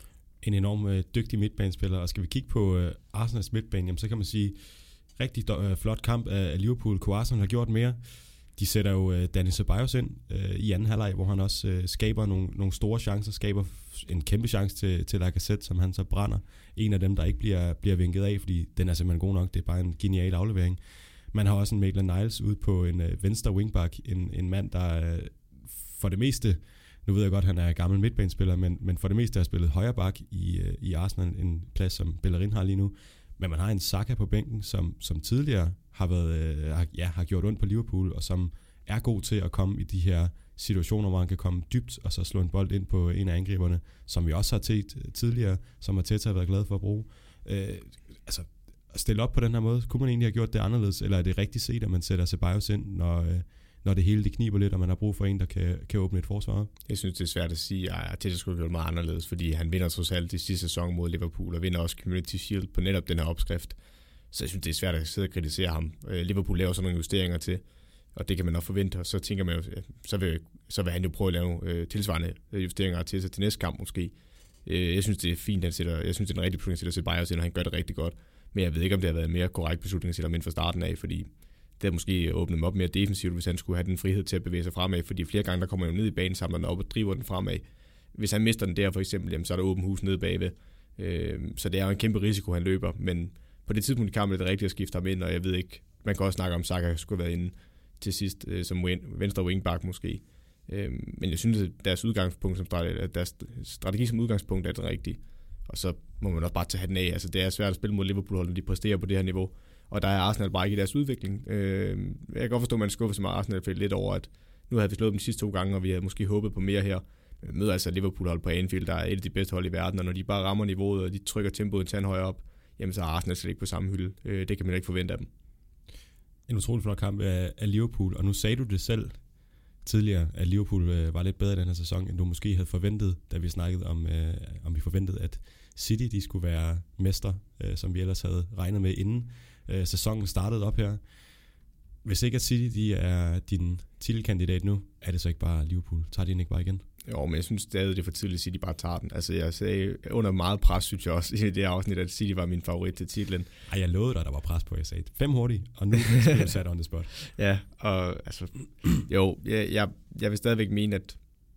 En enorm øh, dygtig midtbanespiller, og skal vi kigge på øh, Arsenals midtbane, jamen, så kan man sige, rigtig øh, flot kamp af, af Liverpool. Kunne Arsenal har gjort mere. De sætter jo øh, Dani Ceballos ind øh, i anden halvleg, hvor han også øh, skaber nogle, nogle store chancer, skaber en kæmpe chance til, til Lacazette, som han så brænder. En af dem, der ikke bliver, bliver vinket af, fordi den er simpelthen god nok. Det er bare en genial aflevering. Man har også en Maitland-Niles ude på en øh, venstre wingback, en, en mand, der øh, for det meste, nu ved jeg godt, at han er gammel midtbanespiller, men, men for det meste har spillet højre bak i, i Arsenal, en plads, som Bellerin har lige nu. Men man har en Saka på bænken, som, som tidligere har, været, ja, har gjort ondt på Liverpool, og som er god til at komme i de her situationer, hvor han kan komme dybt, og så slå en bold ind på en af angriberne, som vi også har set tidligere, som Arteta har været glad for at bruge. Øh, altså, at stille op på den her måde, kunne man egentlig have gjort det anderledes, eller er det rigtigt set, at man sætter Ceballos ind, når... når det hele det kniber lidt, og man har brug for en, der kan, kan åbne et forsvar? Jeg synes, det er svært at sige, at Arteta skulle have gjort meget anderledes, fordi han vinder trods alt i sidste sæson mod Liverpool, og vinder også Community Shield på netop den her opskrift. Så jeg synes, det er svært at sidde og kritisere ham. Liverpool laver sådan nogle justeringer til, og det kan man nok forvente, og så tænker man jo, så vil, så vil han jo prøve at lave øh, tilsvarende justeringer til sig til næste kamp måske. Øh, jeg synes, det er fint, han sætter, jeg synes, det er en rigtig beslutning, at sætte Ceballos ind, og han gør det rigtig godt. Men jeg ved ikke, om det har været en mere korrekt beslutning at sætte ham ind fra starten af, fordi det har måske åbnet dem op mere defensivt, hvis han skulle have den frihed til at bevæge sig fremad, fordi flere gange, der kommer han jo ned i banen, samler den op og driver den fremad. Hvis han mister den der for eksempel, jamen, så er der åben hus nede bagved. Øh, så det er jo en kæmpe risiko, han løber, men på det tidspunkt i kampen er det rigtigt at skifte ham ind, og jeg ved ikke, man kan også snakke om, Saka skulle have været inde til sidst, øh, som venstre wingback måske. Øh, men jeg synes, at deres udgangspunkt, som strategi, deres strategi som udgangspunkt er det rigtige. Og så må man også bare tage den af. Altså, det er svært at spille mod Liverpool, når de præsterer på det her niveau. Og der er Arsenal bare ikke i deres udvikling. Øh, jeg kan godt forstå, at man skuffer sig meget Arsenal lidt over, at nu havde vi slået dem de sidste to gange, og vi havde måske håbet på mere her. Vi møder altså Liverpool-hold på Anfield, der er et af de bedste hold i verden, og når de bare rammer niveauet, og de trykker tempoet en tand højere op, jamen så er Arsenal slet ikke på samme hylde. Øh, det kan man ikke forvente af dem. En utrolig flot kamp af, af Liverpool, og nu sagde du det selv tidligere, at Liverpool øh, var lidt bedre i den her sæson, end du måske havde forventet, da vi snakkede om, øh, om vi forventede, at City de skulle være mestre, øh, som vi ellers havde regnet med inden øh, sæsonen startede op her. Hvis ikke at City de er din titelkandidat nu, er det så ikke bare Liverpool? Tager de den ikke bare igen? Jo, men jeg synes stadig, det er for tidligt, at City bare tager den. Altså, jeg sagde, under meget pres, synes jeg også, i det afsnit, at City var min favorit til titlen. Ej, jeg lovede dig, der var pres på, jeg sagde fem hurtigt, og nu er du sat on the spot. Ja, og altså, jo, jeg, jeg, jeg vil stadigvæk mene, at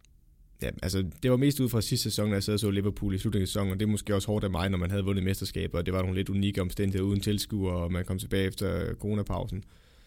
ja, altså, det var mest ud fra sidste sæson, når jeg sad og så Liverpool i slutningen af sæsonen, og det er måske også hårdt af mig, når man havde vundet mesterskabet, og det var nogle lidt unikke omstændigheder uden tilskuere, og man kom tilbage efter coronapausen.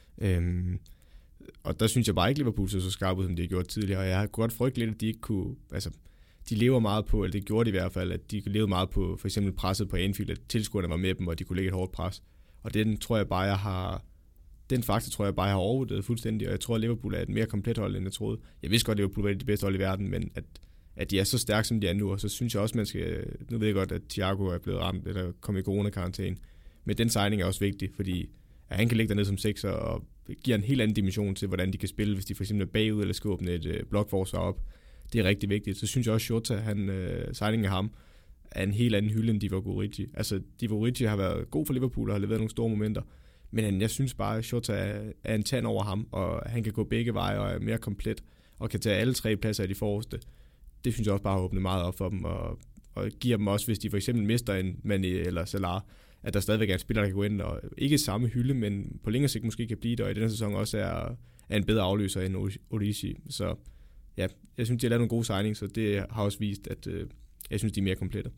Øhm, og der synes jeg bare ikke, Liverpool så så skarp ud, som de har gjort tidligere, og jeg har godt frygtet lidt, at de ikke kunne, altså, de lever meget på, eller det gjorde de i hvert fald, at de levede meget på, for eksempel presset på Anfield, at tilskuerne var med dem, og de kunne lægge et hårdt pres. Og den tror jeg bare, jeg har, den faktor tror jeg bare, jeg har overvurderet fuldstændig, og jeg tror, at Liverpool er et mere komplet hold, end jeg troede. Jeg vidste godt, at Liverpool var det bedste hold i verden, men at, at de er så stærke, som de er nu, og så synes jeg også, man skal, nu ved jeg godt, at Thiago er blevet ramt, eller kommet i coronakarantæne, men den signing er også vigtig, fordi at han kan ligge dernede som sekser, og giver en helt anden dimension til, hvordan de kan spille, hvis de for eksempel er bagud, eller skal åbne et øh, blokforsvar op. Det er rigtig vigtigt. Så synes jeg også, Jota, han, øh, signingen af ham, er en helt anden hylde, end Divock Origi. Altså, Divock Origi har været god for Liverpool, og har leveret nogle store momenter, men jeg synes bare, at Jota er, er en tand over ham, og han kan gå begge veje, og er mere komplet, og kan tage alle tre pladser i de forreste. Det synes jeg også bare har åbnet meget op for dem, og, og giver dem også, hvis de for eksempel mister en Mané eller Salah, at der stadigvæk er en spiller, der kan gå ind, og ikke samme hylde, men på længere sigt måske kan blive det, og i denne sæson også er, er en bedre afløser end Origi. Så ja, jeg synes, de har lavet nogle gode signings, så det har også vist, at øh, jeg synes, de er mere komplette.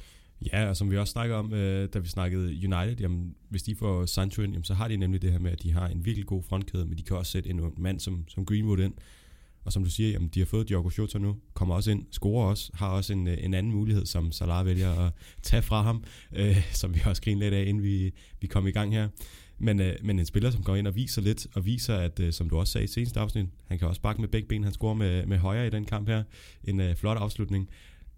Ja, og som vi også snakker om, øh, da vi snakkede United, jamen, hvis de får Sancho ind, jamen, så har de nemlig det her med, at de har en virkelig god frontkæde, men de kan også sætte en mand som, som Greenwood ind. Og som du siger, jamen, de har fået Diogo Jota nu, kommer også ind, scorer også, har også en, en anden mulighed, som Salah vælger at tage fra ham, øh, som vi også griner lidt af, inden vi, vi kom i gang her. Men, øh, men en spiller, som går ind og viser lidt, og viser, at øh, som du også sagde i seneste afsnit, han kan også bakke med begge ben, han scorer med, med højre i den kamp her. En øh, flot afslutning.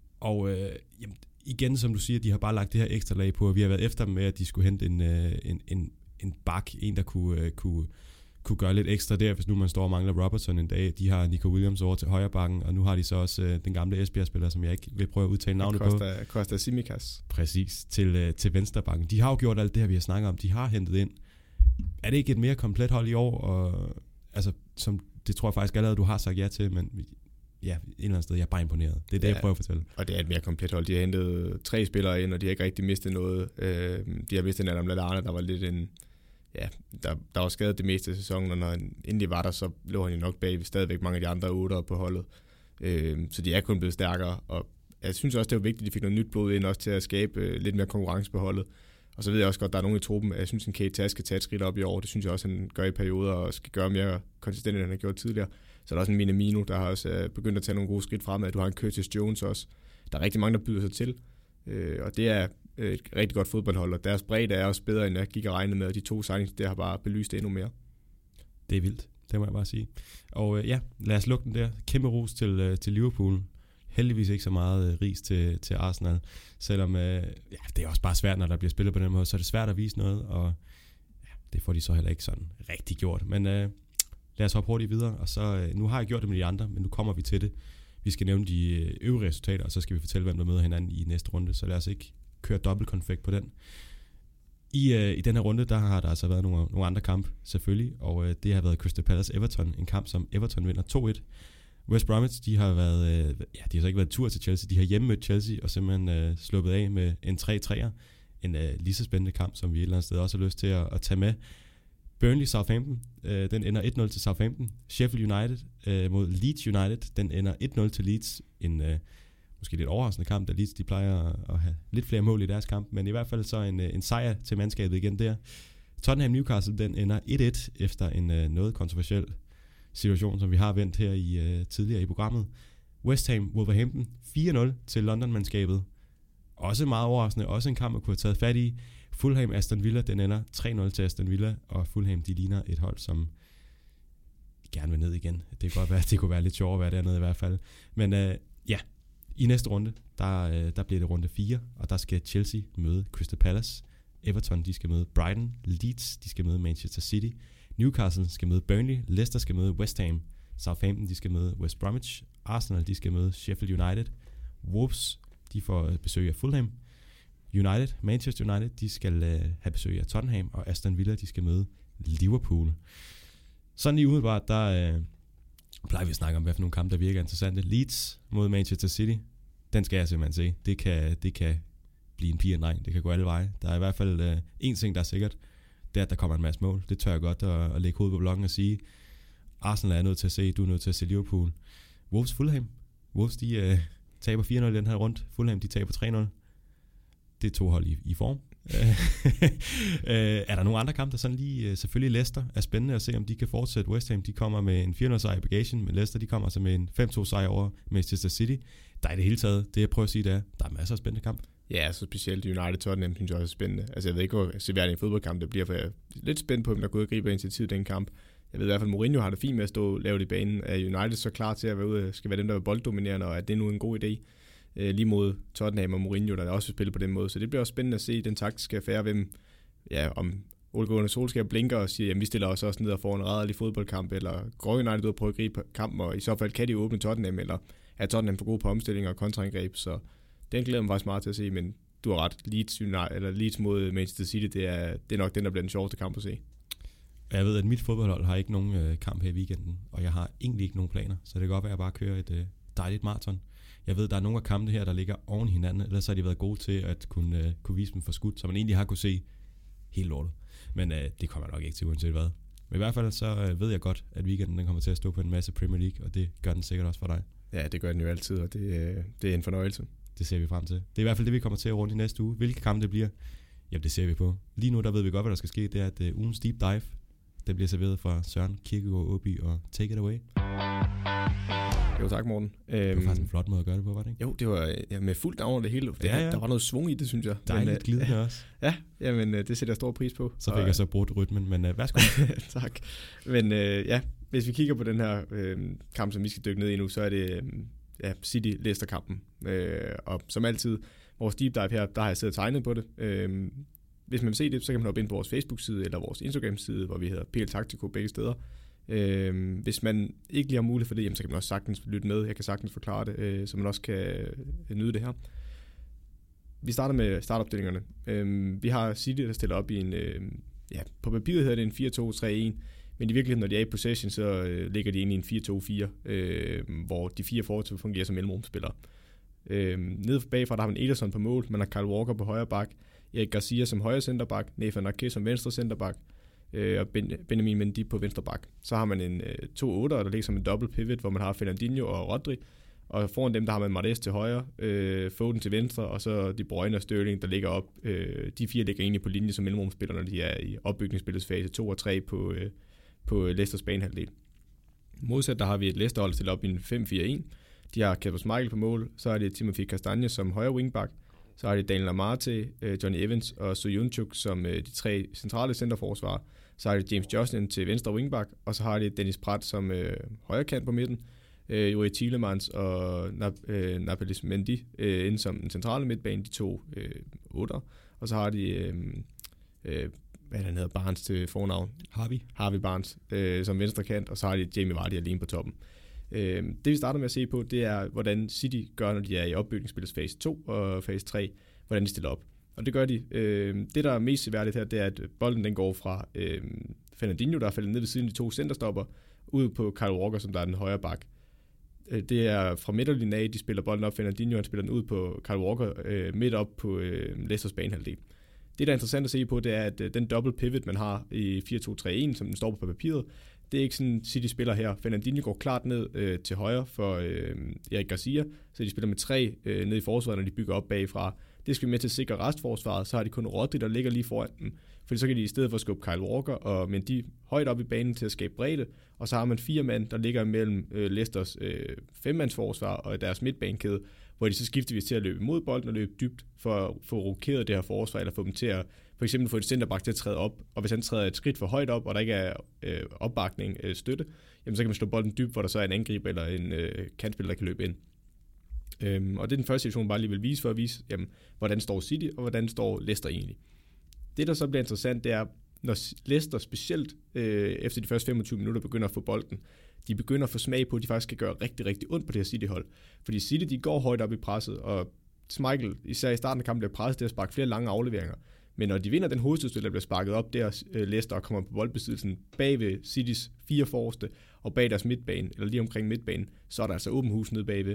Og øh, jamen, igen, som du siger, de har bare lagt det her ekstra lag på, og vi har været efter dem med, at de skulle hente en, øh, en, en, en bak, en der kunne, øh, kunne, kunne gøre lidt ekstra der, hvis nu man står og mangler Robertson en dag. De har Nico Williams over til højre bakken, og nu har de så også øh, den gamle Esbjerg-spiller, som jeg ikke vil prøve at udtale navnet Costa, på. Costa Tsimikas. Præcis, til, øh, til venstre bakken. De har jo gjort alt det her, vi har snakket om. De har hentet ind. Er det ikke et mere komplet hold i år? Og, altså, som, det tror jeg faktisk allerede, du har sagt ja til, men ja, et eller andet sted, jeg er bare imponeret. Det er det, ja, jeg prøver at fortælle. Og det er et mere komplet hold. De har hentet tre spillere ind, og de har ikke rigtig mistet noget. Øh, de har mistet en Adam Lallana, der var lidt en... Ja, der, der var skadet det meste af sæsonen, og når han endelig var der, så lå han jo nok bag stadigvæk mange af de andre otter på holdet. Øh, så de er kun blevet stærkere, og jeg synes også, det var vigtigt, at de fik noget nyt blod ind, også til at skabe øh, lidt mere konkurrence på holdet. Og så ved jeg også godt, at der er nogen i truppen, jeg synes, en Keita skal tage et skridt op i år. Det synes jeg også, han gør i perioder, og skal gøre mere konsistent, end han har gjort tidligere. Så er der også en Minamino, der har også øh, begyndt at tage nogle gode skridt fremad. Du har en Curtis Jones også. Der er rigtig mange, der byder sig til. Øh, og det er et rigtig godt fodboldhold, og deres bredde er også bedre, end jeg gik og regnede med, og de to signings, der har bare belyst det endnu mere. Det er vildt, det må jeg bare sige. Og øh, ja, lad os lukke den der. Kæmpe ros til, øh, til Liverpool. Heldigvis ikke så meget øh, ris til, til Arsenal, selvom øh, ja, det er også bare svært, når der bliver spillet på den måde, så er det svært at vise noget, og ja, det får de så heller ikke sådan rigtig gjort. Men øh, lad os hoppe hurtigt videre, og så, øh, nu har jeg gjort det med de andre, men nu kommer vi til det. Vi skal nævne de øh, øvrige resultater, og så skal vi fortælle, hvem der møder hinanden i næste runde, så lad os ikke køre dobbeltkonfekt på den. I, øh, I den her runde, der har der altså været nogle, nogle andre kampe, selvfølgelig, og øh, det har været Crystal Palace Everton, en kamp, som Everton vinder to et. West Bromwich, de har været, øh, ja, de har så ikke været tur til Chelsea, de har hjemmemødt Chelsea, og simpelthen øh, sluppet af med en tre tre'er. En øh, lige så spændende kamp, som vi et eller andet sted også har lyst til at, at tage med. Burnley Southampton, øh, den ender et nul til Southampton. Sheffield United øh, mod Leeds United, den ender et nul til Leeds. En øh, måske lidt overraskende kamp, da Leeds de plejer at have lidt flere mål i deres kamp, men i hvert fald så en, en sejr til mandskabet igen der. Tottenham Newcastle, den ender et et efter en øh, noget kontroversiel situation, som vi har vendt her i øh, tidligere i programmet. West Ham Wolverhampton fire nul til London-mandskabet. Også meget overraskende, også en kamp, man kunne have taget fat i. Fulham Aston Villa, den ender tre nul til Aston Villa, og Fulham, de ligner et hold, som gerne vil ned igen. Det kan godt være, det kunne være lidt sjovere at være dernede i hvert fald. Men øh, ja, i næste runde, der, øh, der bliver det runde fire, og der skal Chelsea møde Crystal Palace. Everton, de skal møde Brighton. Leeds, de skal møde Manchester City. Newcastle skal møde Burnley. Leicester skal møde West Ham. Southampton, de skal møde West Bromwich. Arsenal, de skal møde Sheffield United. Wolves, de får besøg af Fulham. United, Manchester United, de skal uh, have besøg af Tottenham, og Aston Villa, de skal møde Liverpool. Sådan lige umiddelbart, der, uh, plejer vi at snakke om, hvad for nogle kampe, der virker interessante. Leeds mod Manchester City, den skal jeg simpelthen se. Det kan, det kan blive en pige og en dreng. Det kan gå alle veje. Der er i hvert fald øh, en ting, der er sikkert. Det er, at der kommer en masse mål. Det tør jeg godt at, at lægge hovedet på blokken og sige. Arsenal er nødt til at se. Du er nødt til at se Liverpool. Wolves Fulham. Wolves, de øh, taber fire nul i den her rundt. Fulham, de taber tre nul. Det er to hold i, i form. øh, er der nogle andre kampe, der sådan lige, selvfølgelig Leicester, er spændende at se, om de kan fortsætte. West Ham, de kommer med en fire nul sejr i bagagen, men Leicester, de kommer altså med en fem to sejr over Manchester City. Der er i det hele taget, det jeg prøver at sige, det er, der er masser af spændende kampe. Ja, så specielt United Tottenham, synes jeg også er spændende. Altså jeg ved ikke, hvor seværdig en fodboldkamp det bliver, for jeg er lidt spændt på, om der går ud og griber initiativ i den kamp. Jeg ved i hvert fald, at Mourinho har det fint med at stå lavet i banen. Er United så klar til at være ude, skal være dem, der er bolddominerende, og er det nu en god idé? Lige mod Tottenham og Mourinho, der også spiller på den måde. Så det bliver også spændende at se den taktiske affære, hvem, ja, om Ole Gunnar Solskjaer blinker og siger, jamen vi stiller os også ned og får en rædderlig fodboldkamp, eller går United ud og prøver at gribe kampen, og i så fald kan de åbne Tottenham, eller er Tottenham for gode på omstillinger og kontraangreb, så den glæder mig faktisk meget til at se, men du har ret, Leeds, United, eller Leeds mod Manchester City, det er, det er nok den, der bliver den sjoveste kamp at se. Jeg ved, at mit fodboldhold har ikke nogen øh, kamp her i weekenden, og jeg har egentlig ikke nogen planer, så det kan godt være, at jeg bare kører et øh, dejligt maraton. Jeg ved, der er nogle af kampene her, der ligger oven i hinanden, ellers har de været gode til at kunne, uh, kunne vise dem for skudt, så man egentlig har kunne se helt lortet. Men uh, det kommer jeg nok ikke til, uanset hvad. Men i hvert fald så uh, ved jeg godt, at weekenden den kommer til at stå på en masse Premier League, og det gør den sikkert også for dig. Ja, det gør den jo altid, og det, uh, det er en fornøjelse. Det ser vi frem til. Det er i hvert fald det, vi kommer til at runde i næste uge. Hvilke kampe det bliver, jamen det ser vi på. Lige nu, der ved vi godt, hvad der skal ske. Det er, at uh, ugens deep dive, den bliver serveret fra Søren Kierkegaard Åby, og take it away. Jo, tak Morten. Det var faktisk en flot måde at gøre det på, var det ikke? Jo, det var ja, med fuldt navn det hele. Det, ja, ja. Der var noget svung i det, synes jeg. Dejligt glidende uh, også. Ja, jamen, det sætter jeg stor pris på. Så fik og, jeg så brudt rytmen, men uh, værsgo. Tak. Men uh, ja, hvis vi kigger på den her uh, kamp, som vi skal dykke ned i nu, så er det uh, ja, City-Leicester-kampen. Uh, og som altid, vores deep dive her, der har jeg siddet og tegnet på det. Uh, hvis man vil se det, så kan man hoppe ind på vores Facebook-side eller vores Instagram-side, hvor vi hedder P L Taktiko begge steder. Øh, hvis man ikke lige har mulighed for det, jamen, så kan man også sagtens lytte med. Jeg kan sagtens forklare det, øh, så man også kan øh, nyde det her. Vi starter med startopstillingerne. Øh, vi har City, der stiller op i en, øh, ja, på papiret hedder det en fire to tre en, men i virkeligheden, når de er i possession, så øh, ligger de ind i en fire to fire, øh, hvor de fire forward fungerer som mellemrumspillere. Øh, nede bagfra, der har man Ederson på mål, man har Kyle Walker på højre bak, Erik Garcia som højre centerback, Nathan Ake som venstre centerback, og ben, Benjamin Mendy på venstre bak. Så har man en øh, to otter, der ligger som en double pivot, hvor man har Fernandinho og Rodri, og foran dem, der har man Mahrez til højre, øh, Foden til venstre, og så De Bruyne og Sterling, der ligger op. Øh, de fire ligger egentlig på linje som mellemrumspillere, når de er i opbygningsspillets fase to og tre på, øh, på Leicesters banehalvdel. Modsat, der har vi et Leicester-hold til op i en fem fire en. De har Kasper Schmeichel på mål, så er det Timothy Castagne som højre wingback, så har de Daniel Amarte, øh, Johnny Evans og Soyuncu som øh, de tre centrale centerforsvarer. Så har de James Jocelyn til venstre wingback, og så har de Dennis Pratt som øh, højre kant på midten, øh, Juri Tielemans og Nap- øh, Nampalys Mendy øh, inde som den centrale midtbane, de to øh, otter. Og så har de, øh, øh, hvad han hedder, Barnes til fornavn. Harvey. Harvey Barnes øh, som venstre kant, og så har de Jamie Vardy alene på toppen. Øh, det vi starter med at se på, det er, hvordan City gør, når de er i opbygningsspillets fase to og fase tre, hvordan de stiller op. Og det gør de. Øh, det, der er mest seværdigt her, det er, at bolden den går fra øh, Fernandinho, der er faldet ned ved siden af de to centerstopper, ud på Kyle Walker, som der er den højre bak. Øh, det er fra midterlinjen af, de spiller bolden op. Fernandinho, han spiller den ud på Kyle Walker, øh, midt op på øh, Leicesters banehalvdel. Det, der er interessant at se på, det er, at øh, den double pivot, man har i fire to tre en, som den står på papiret, det er ikke sådan, City spiller her. Fernandinho går klart ned øh, til højre for øh, Erik Garcia, så de spiller med tre øh, ned i forsvaret, når de bygger op bagfra. Det skal vi med til at sikre restforsvaret, så har de kun Rodri, der ligger lige foran dem, fordi så kan de i stedet for skubbe Kyle Walker og Mendy højt op i banen til at skabe bredde, og så har man fire mand, der ligger mellem øh, Leicesters øh, femmandsforsvar og deres midtbanekæde, hvor de så skifter til at løbe mod bolden og løbe dybt for at få rokeret det her forsvar, eller få dem til at for eksempel få et centerback til at træde op, og hvis han træder et skridt for højt op, og der ikke er øh, opbakning, øh, støtte, jamen så kan man slå bolden dybt, hvor der så er en angriber eller en øh, kantspiller, der kan løbe ind. Øhm, og det er den første situation, bare lige vil vise for at vise, jamen, hvordan står City, og hvordan står Leicester egentlig. Det, der så bliver interessant, det er, når Leicester specielt øh, efter de første femogtyve minutter begynder at få bolden, de begynder at få smag på, at de faktisk skal gøre rigtig, rigtig ondt på det her City-hold. Fordi City, de går højt op i presset, og Schmeichel, især i starten af kampen, bliver presset til at sparke flere lange afleveringer. Men når de vinder den hovedstødspil, der bliver sparket op der, øh, Leicester og kommer på boldbesiddelsen bag ved Citys fire forreste, og bag deres midtbane, eller lige omkring midtbanen, så er der altså åben hus nede bagved.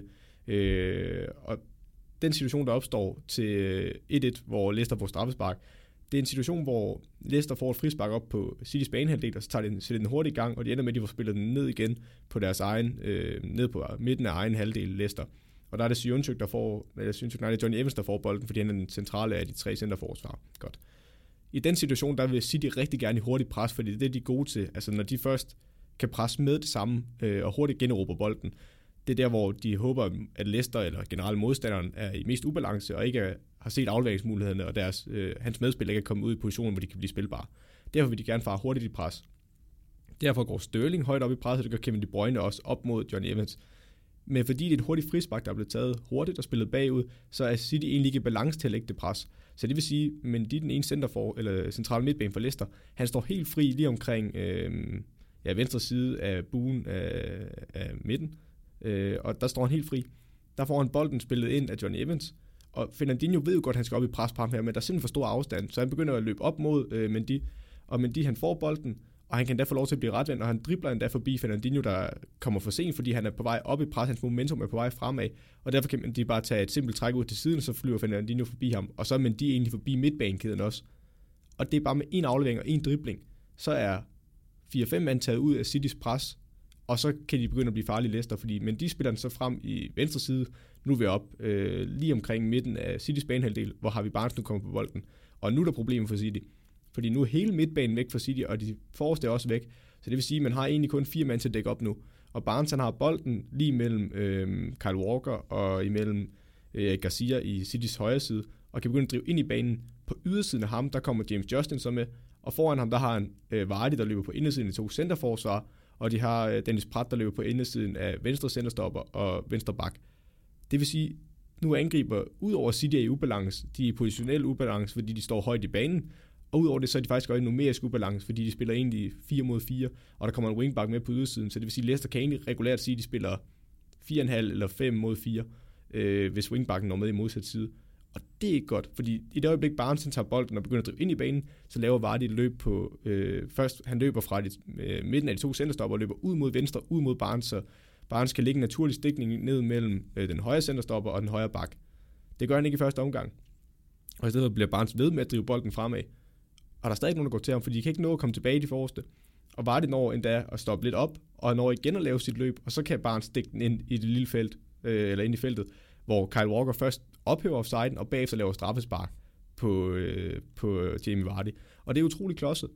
Øh, og den situation, der opstår til et-et, hvor Leicester får straffespark, det er en situation, hvor Leicester får et frispark op på Citys banehalvdel, og så tager den, sætter den hurtigt i gang, og de ender med, at de får spillet den ned igen på deres egen, øh, ned på midten af egen halvdel, Leicester. Og der er det Sionchuk, der får, eller Sionchuk, nej, det er Johnny Evans, der får bolden, fordi han er den centrale af de tre centerforsvar. Godt. I den situation, der vil City rigtig gerne i hurtigt pres, fordi det er det, de er gode til. Altså, når de først kan presse med det samme, øh, og hurtigt generobre bolden, det er der, hvor de håber, at Leicester, eller generelt modstanderen, er i mest ubalance, og ikke er, har set afleveringsmulighederne, og deres, øh, hans medspillere ikke er kommet ud i positionen, hvor de kan blive spilbare. Derfor vil de gerne fare hurtigt i pres. Derfor går Sterling højt op i presset, det gør Kevin De Bruyne også op mod Johnny Evans. Men fordi det er et hurtigt frispark, der er blevet taget hurtigt og spillet bagud, så er City egentlig ikke i balance til at lægge det pres. Så det vil sige, men de er den ene center for, eller central midtbane for Leicester. Han står helt fri lige omkring øh, ja, venstre side af buen af, af midten. Øh, og der står han helt fri. Der får han bolden spillet ind af Johnny Evans. Og Fernandinho ved jo godt, at han skal op i pres på ham her, men der er simpelthen for stor afstand. Så han begynder at løbe op mod øh, Mendy. Og Mendy, han får bolden, og han kan endda få lov til at blive retvendt, og han dribler endda forbi Fernandinho, der kommer for sent, fordi han er på vej op i pres, hans momentum er på vej fremad, og derfor kan de bare tage et simpelt træk ud til siden, og så flyver Fernandinho forbi ham, og så er Mendy egentlig forbi midtbanekæden også. Og det er bare med en aflevering og en dribling, så er fire fem mand taget ud af Citys pres, og så kan de begynde at blive farlige Leicester, fordi Mendy spiller den så frem i venstre side, nu er vi op øh, lige omkring midten af Citys banehalvdel, hvor Harvey Barnes nu kommer på bolden, og nu er der problemer for City. Fordi nu er hele midtbanen væk fra City, og de forreste er også væk. Så det vil sige, at man har egentlig kun fire mand til at dække op nu. Og Barnes han har bolden lige mellem øh, Kyle Walker og imellem øh, Garcia i Citys højre side, og kan begynde at drive ind i banen. På ydersiden af ham, der kommer James Justin så med, og foran ham, der har han øh, Vardy, der løber på indersiden af to centerforsvar, og de har øh, Dennis Pratt, der løber på indersiden af venstre centerstopper og venstre bak. Det vil sige, nu angriber ud over City er i ubalance, de er i positionel ubalance, fordi de står højt i banen, og udover det, så er de faktisk også i numerisk ubalance, fordi de spiller egentlig fire mod fire, og der kommer en wingback med på ydersiden, så det vil sige, at Leicester kan egentlig regulært sige, at de spiller fire komma fem eller fem mod fire, øh, hvis wingbacken når med i modsat side. Og det er ikke godt, fordi i det øjeblik, Barnes tager bolden og begynder at drive ind i banen, så laver Vardy et løb på, øh, først han løber fra de, øh, midten af de to centerstopper og løber ud mod venstre, ud mod Barnes, så Barnes kan lægge en naturlig stikning ned mellem øh, den højre centerstopper og den højre bak. Det gør han ikke i første omgang. Og i stedet bliver Barnes ved med at drive bolden fremad. Og der er stadig nogen, der går til ham, fordi de kan ikke nå at komme tilbage i de forreste. Og Vardy når endda at stoppe lidt op, og når igen at lave sit løb, og så kan Barnes stikke den ind i det lille felt, øh, eller ind i feltet, hvor Kyle Walker først ophøver offsiden, og bagefter laver straffespark på, øh, på Jamie Vardy. Og det er utrolig klodset.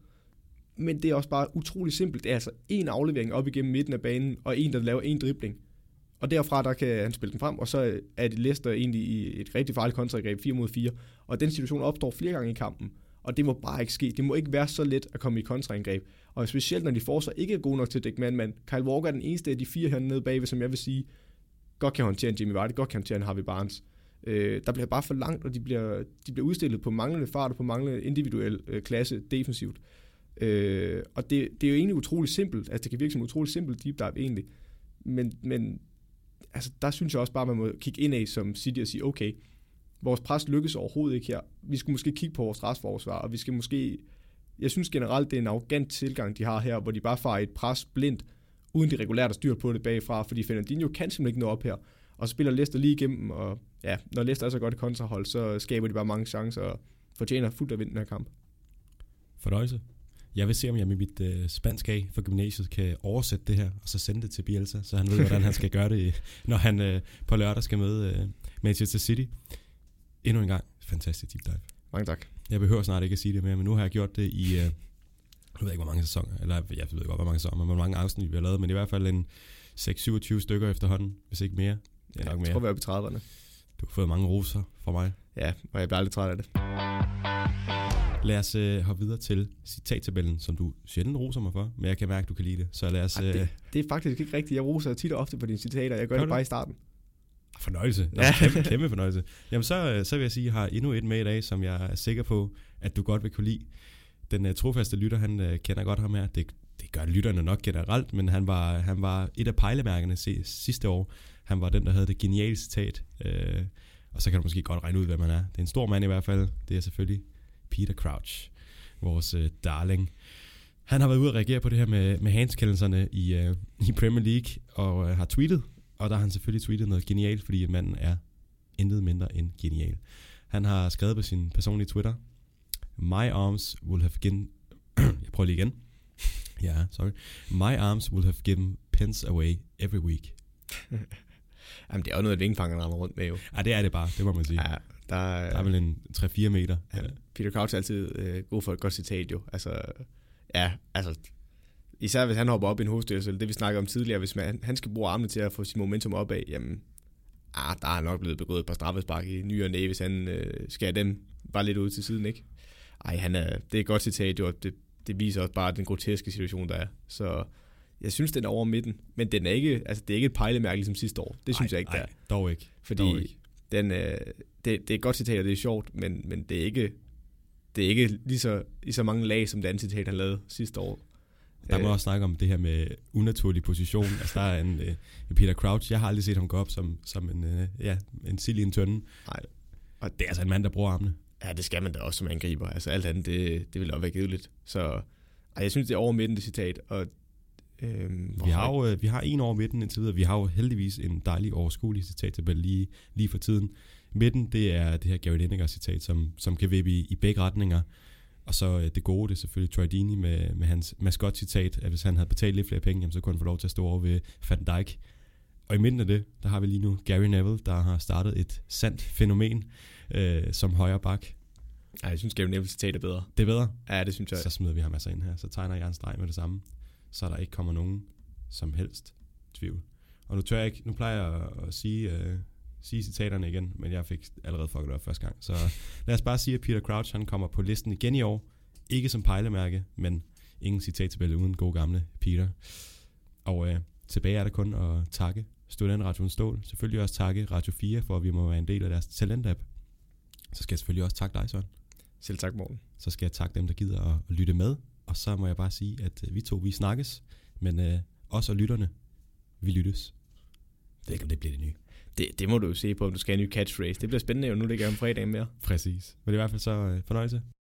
Men det er også bare utrolig simpelt. Det er altså en aflevering op igennem midten af banen, og en, der laver en dribling. Og derfra, der kan han spille den frem, og så er det Leicester egentlig i et rigtig farligt kontraangreb, fire mod fire. Og den situation opstår flere gange i kampen. Og det må bare ikke ske. Det må ikke være så let at komme i kontraangreb. Og specielt når de forsvar ikke er gode nok til at dække mand-mand. Kyle Walker er den eneste af de fire hernede bagved, som jeg vil sige, godt kan håndtere en Jamie Vardy, godt kan håndtere en Harvey Barnes. Øh, der bliver bare for langt, og de bliver, de bliver udstillet på manglende fart og på manglende individuel øh, klasse defensivt. Øh, og det, det er jo egentlig utroligt simpelt. Altså det kan virke som utroligt simpelt deep dive egentlig. Men, men altså, der synes jeg også bare, man må kigge ind af som City og sige, okay, vores pres lykkes overhovedet ikke her. Vi skal måske kigge på vores restforsvar, og vi skal måske... Jeg synes generelt, det er en arrogant tilgang, de har her, hvor de bare farer et pres blindt, uden de regulært at styre på det bagfra, fordi Fernandinho kan simpelthen ikke nå op her, og så spiller Leicester lige igennem, og ja, når Leicester er så godt i kontrahold, så skaber de bare mange chancer, og fortjener fuldt at vinde den her kamp. Fornøjelse. Jeg vil se, om jeg med mit øh, spansk af for gymnasiet kan oversætte det her, og så sende det til Bielsa, så han ved, hvordan han skal gøre det, når han øh, på lørdag skal møde øh, Manchester City. Endnu en gang, fantastisk deep dive. Mange tak. Jeg behøver snart ikke at sige det mere, men nu har jeg gjort det i, øh, jeg ved ikke, hvor mange sæsoner, eller jeg ved godt, hvor mange sæsoner, men hvor mange afsnit vi har lavet, men i hvert fald en seks syvogtyve stykker efterhånden, hvis ikke mere. Ja, nok mere. Jeg tror, vi er oppe i trediverne. Du har fået mange roser fra mig. Ja, og jeg bliver aldrig træt af det. Lad os øh, hoppe videre til citattabellen, som du sjældent roser mig for, men jeg kan mærke, at du kan lide det. Så lad os... Øh... det, det er faktisk ikke rigtigt. Jeg roser tit og ofte på dine citater. Jeg gør Gør det bare du? i starten. Fornøjelse. Nå, ja. kæmpe, kæmpe fornøjelse. Jamen så, så vil jeg sige, at jeg har endnu et med i dag, som jeg er sikker på, at du godt vil kunne lide. Den uh, trofaste lytter, han uh, kender godt ham her. Det, det gør lytterne nok generelt, men han var, han var et af pejlemærkerne sidste år. Han var den, der havde det geniale citat. Uh, og så kan du måske godt regne ud, hvad man er. Det er en stor mand i hvert fald. Det er selvfølgelig Peter Crouch, vores øh, darling. Han har været ude og reagere på det her med, med handskendelserne i, øh, i Premier League, og øh, har tweetet, og der har han selvfølgelig tweetet noget genialt, fordi manden er intet mindre end genial. Han har skrevet på sin personlige Twitter, My arms will have given... Jeg prøver lige igen. Ja, yeah, sorry. My arms will have given pence away every week. Jamen, det er jo noget, vingefangerne render rundt med jo. Ja, det er det bare, det må man sige. Ja, der, der er vel en tre fire meter. Ja, Peter Crouch er altid øh, god for et godt citat jo. Altså, ja, altså... Især hvis han hopper op i en hovedstyrelse, eller det vi snakkede om tidligere, hvis man, han skal bruge armene til at få sit momentum opad, jamen, ah, der er nok blevet begået et par straffespark i ny og næ, hvis han øh, skærer dem bare lidt ud til siden, ikke? Ej, han er, det er et godt citat jo, det, det viser også bare den groteske situation, der er. Så jeg synes, den er over midten, men den er ikke, altså, det er ikke et pejlemærke ligesom sidste år. Det synes ej, jeg ikke, der er. Dog ikke. Fordi dog ikke. Den, øh, det, det er et godt citat, og det er sjovt, men, men det er ikke, det er ikke lige så, lige så mange lag, som det andet citat, han lavede sidste år. Der må også snakke om det her med unaturlig position. Altså der er en, øh, en Peter Crouch. Jeg har aldrig set ham gå op som, som en, øh, ja, en sild i en tønde. Nej. Og det er altså en mand, der bruger armene. Ja, det skal man da også som angriber. Altså alt andet, det, det vil også være kedeligt. Så ej, jeg synes, det er over midten, det citat. Og, øhm, vi, har jo, øh, vi har en over midten indtil videre. Vi har jo heldigvis en dejlig overskuelig citattabel lige, lige for tiden. Midten, det er det her Gary Lineker citat, som, som kan vippe i, i begge retninger. Og så øh, det gode, det er selvfølgelig Troy Deeney med, med hans maskot-citat, at hvis han havde betalt lidt flere penge, jamen, så kunne han få lov til at stå over ved Van Dijk. Og i midten af det, der har vi lige nu Gary Neville, der har startet et sandt fænomen øh, som højre bak. Ja, jeg synes, Gary Neville citat er bedre. Det er bedre? Ja, det synes jeg. Så smider vi ham altså ind her. Så tegner jeg en streg med det samme, så der ikke kommer nogen som helst tvivl. Og nu tør jeg ikke, nu plejer jeg at, at sige... Øh, sige citaterne igen, men jeg fik allerede fucket op første gang. Så lad os bare sige, at Peter Crouch, han kommer på listen igen i år. Ikke som pejlemærke, men ingen citattabelle uden god gamle Peter. Og øh, tilbage er der kun at takke Studenterradioen Stål. Selvfølgelig også takke Radio fire, for at vi må være en del af deres talent-app. Så skal jeg selvfølgelig også takke dig, Søren. Selv tak, Morten. Så skal jeg takke dem, der gider at, at lytte med. Og så må jeg bare sige, at øh, vi to, vi snakkes. Men øh, os og lytterne, vi lyttes. Det ved ikke, om det bliver det nye. Det, det må du jo se på, om du skal have en ny catchphrase. Det bliver spændende jo, nu ligger jeg om fredagen mere. Præcis. Men i hvert fald så øh, fornøjelse.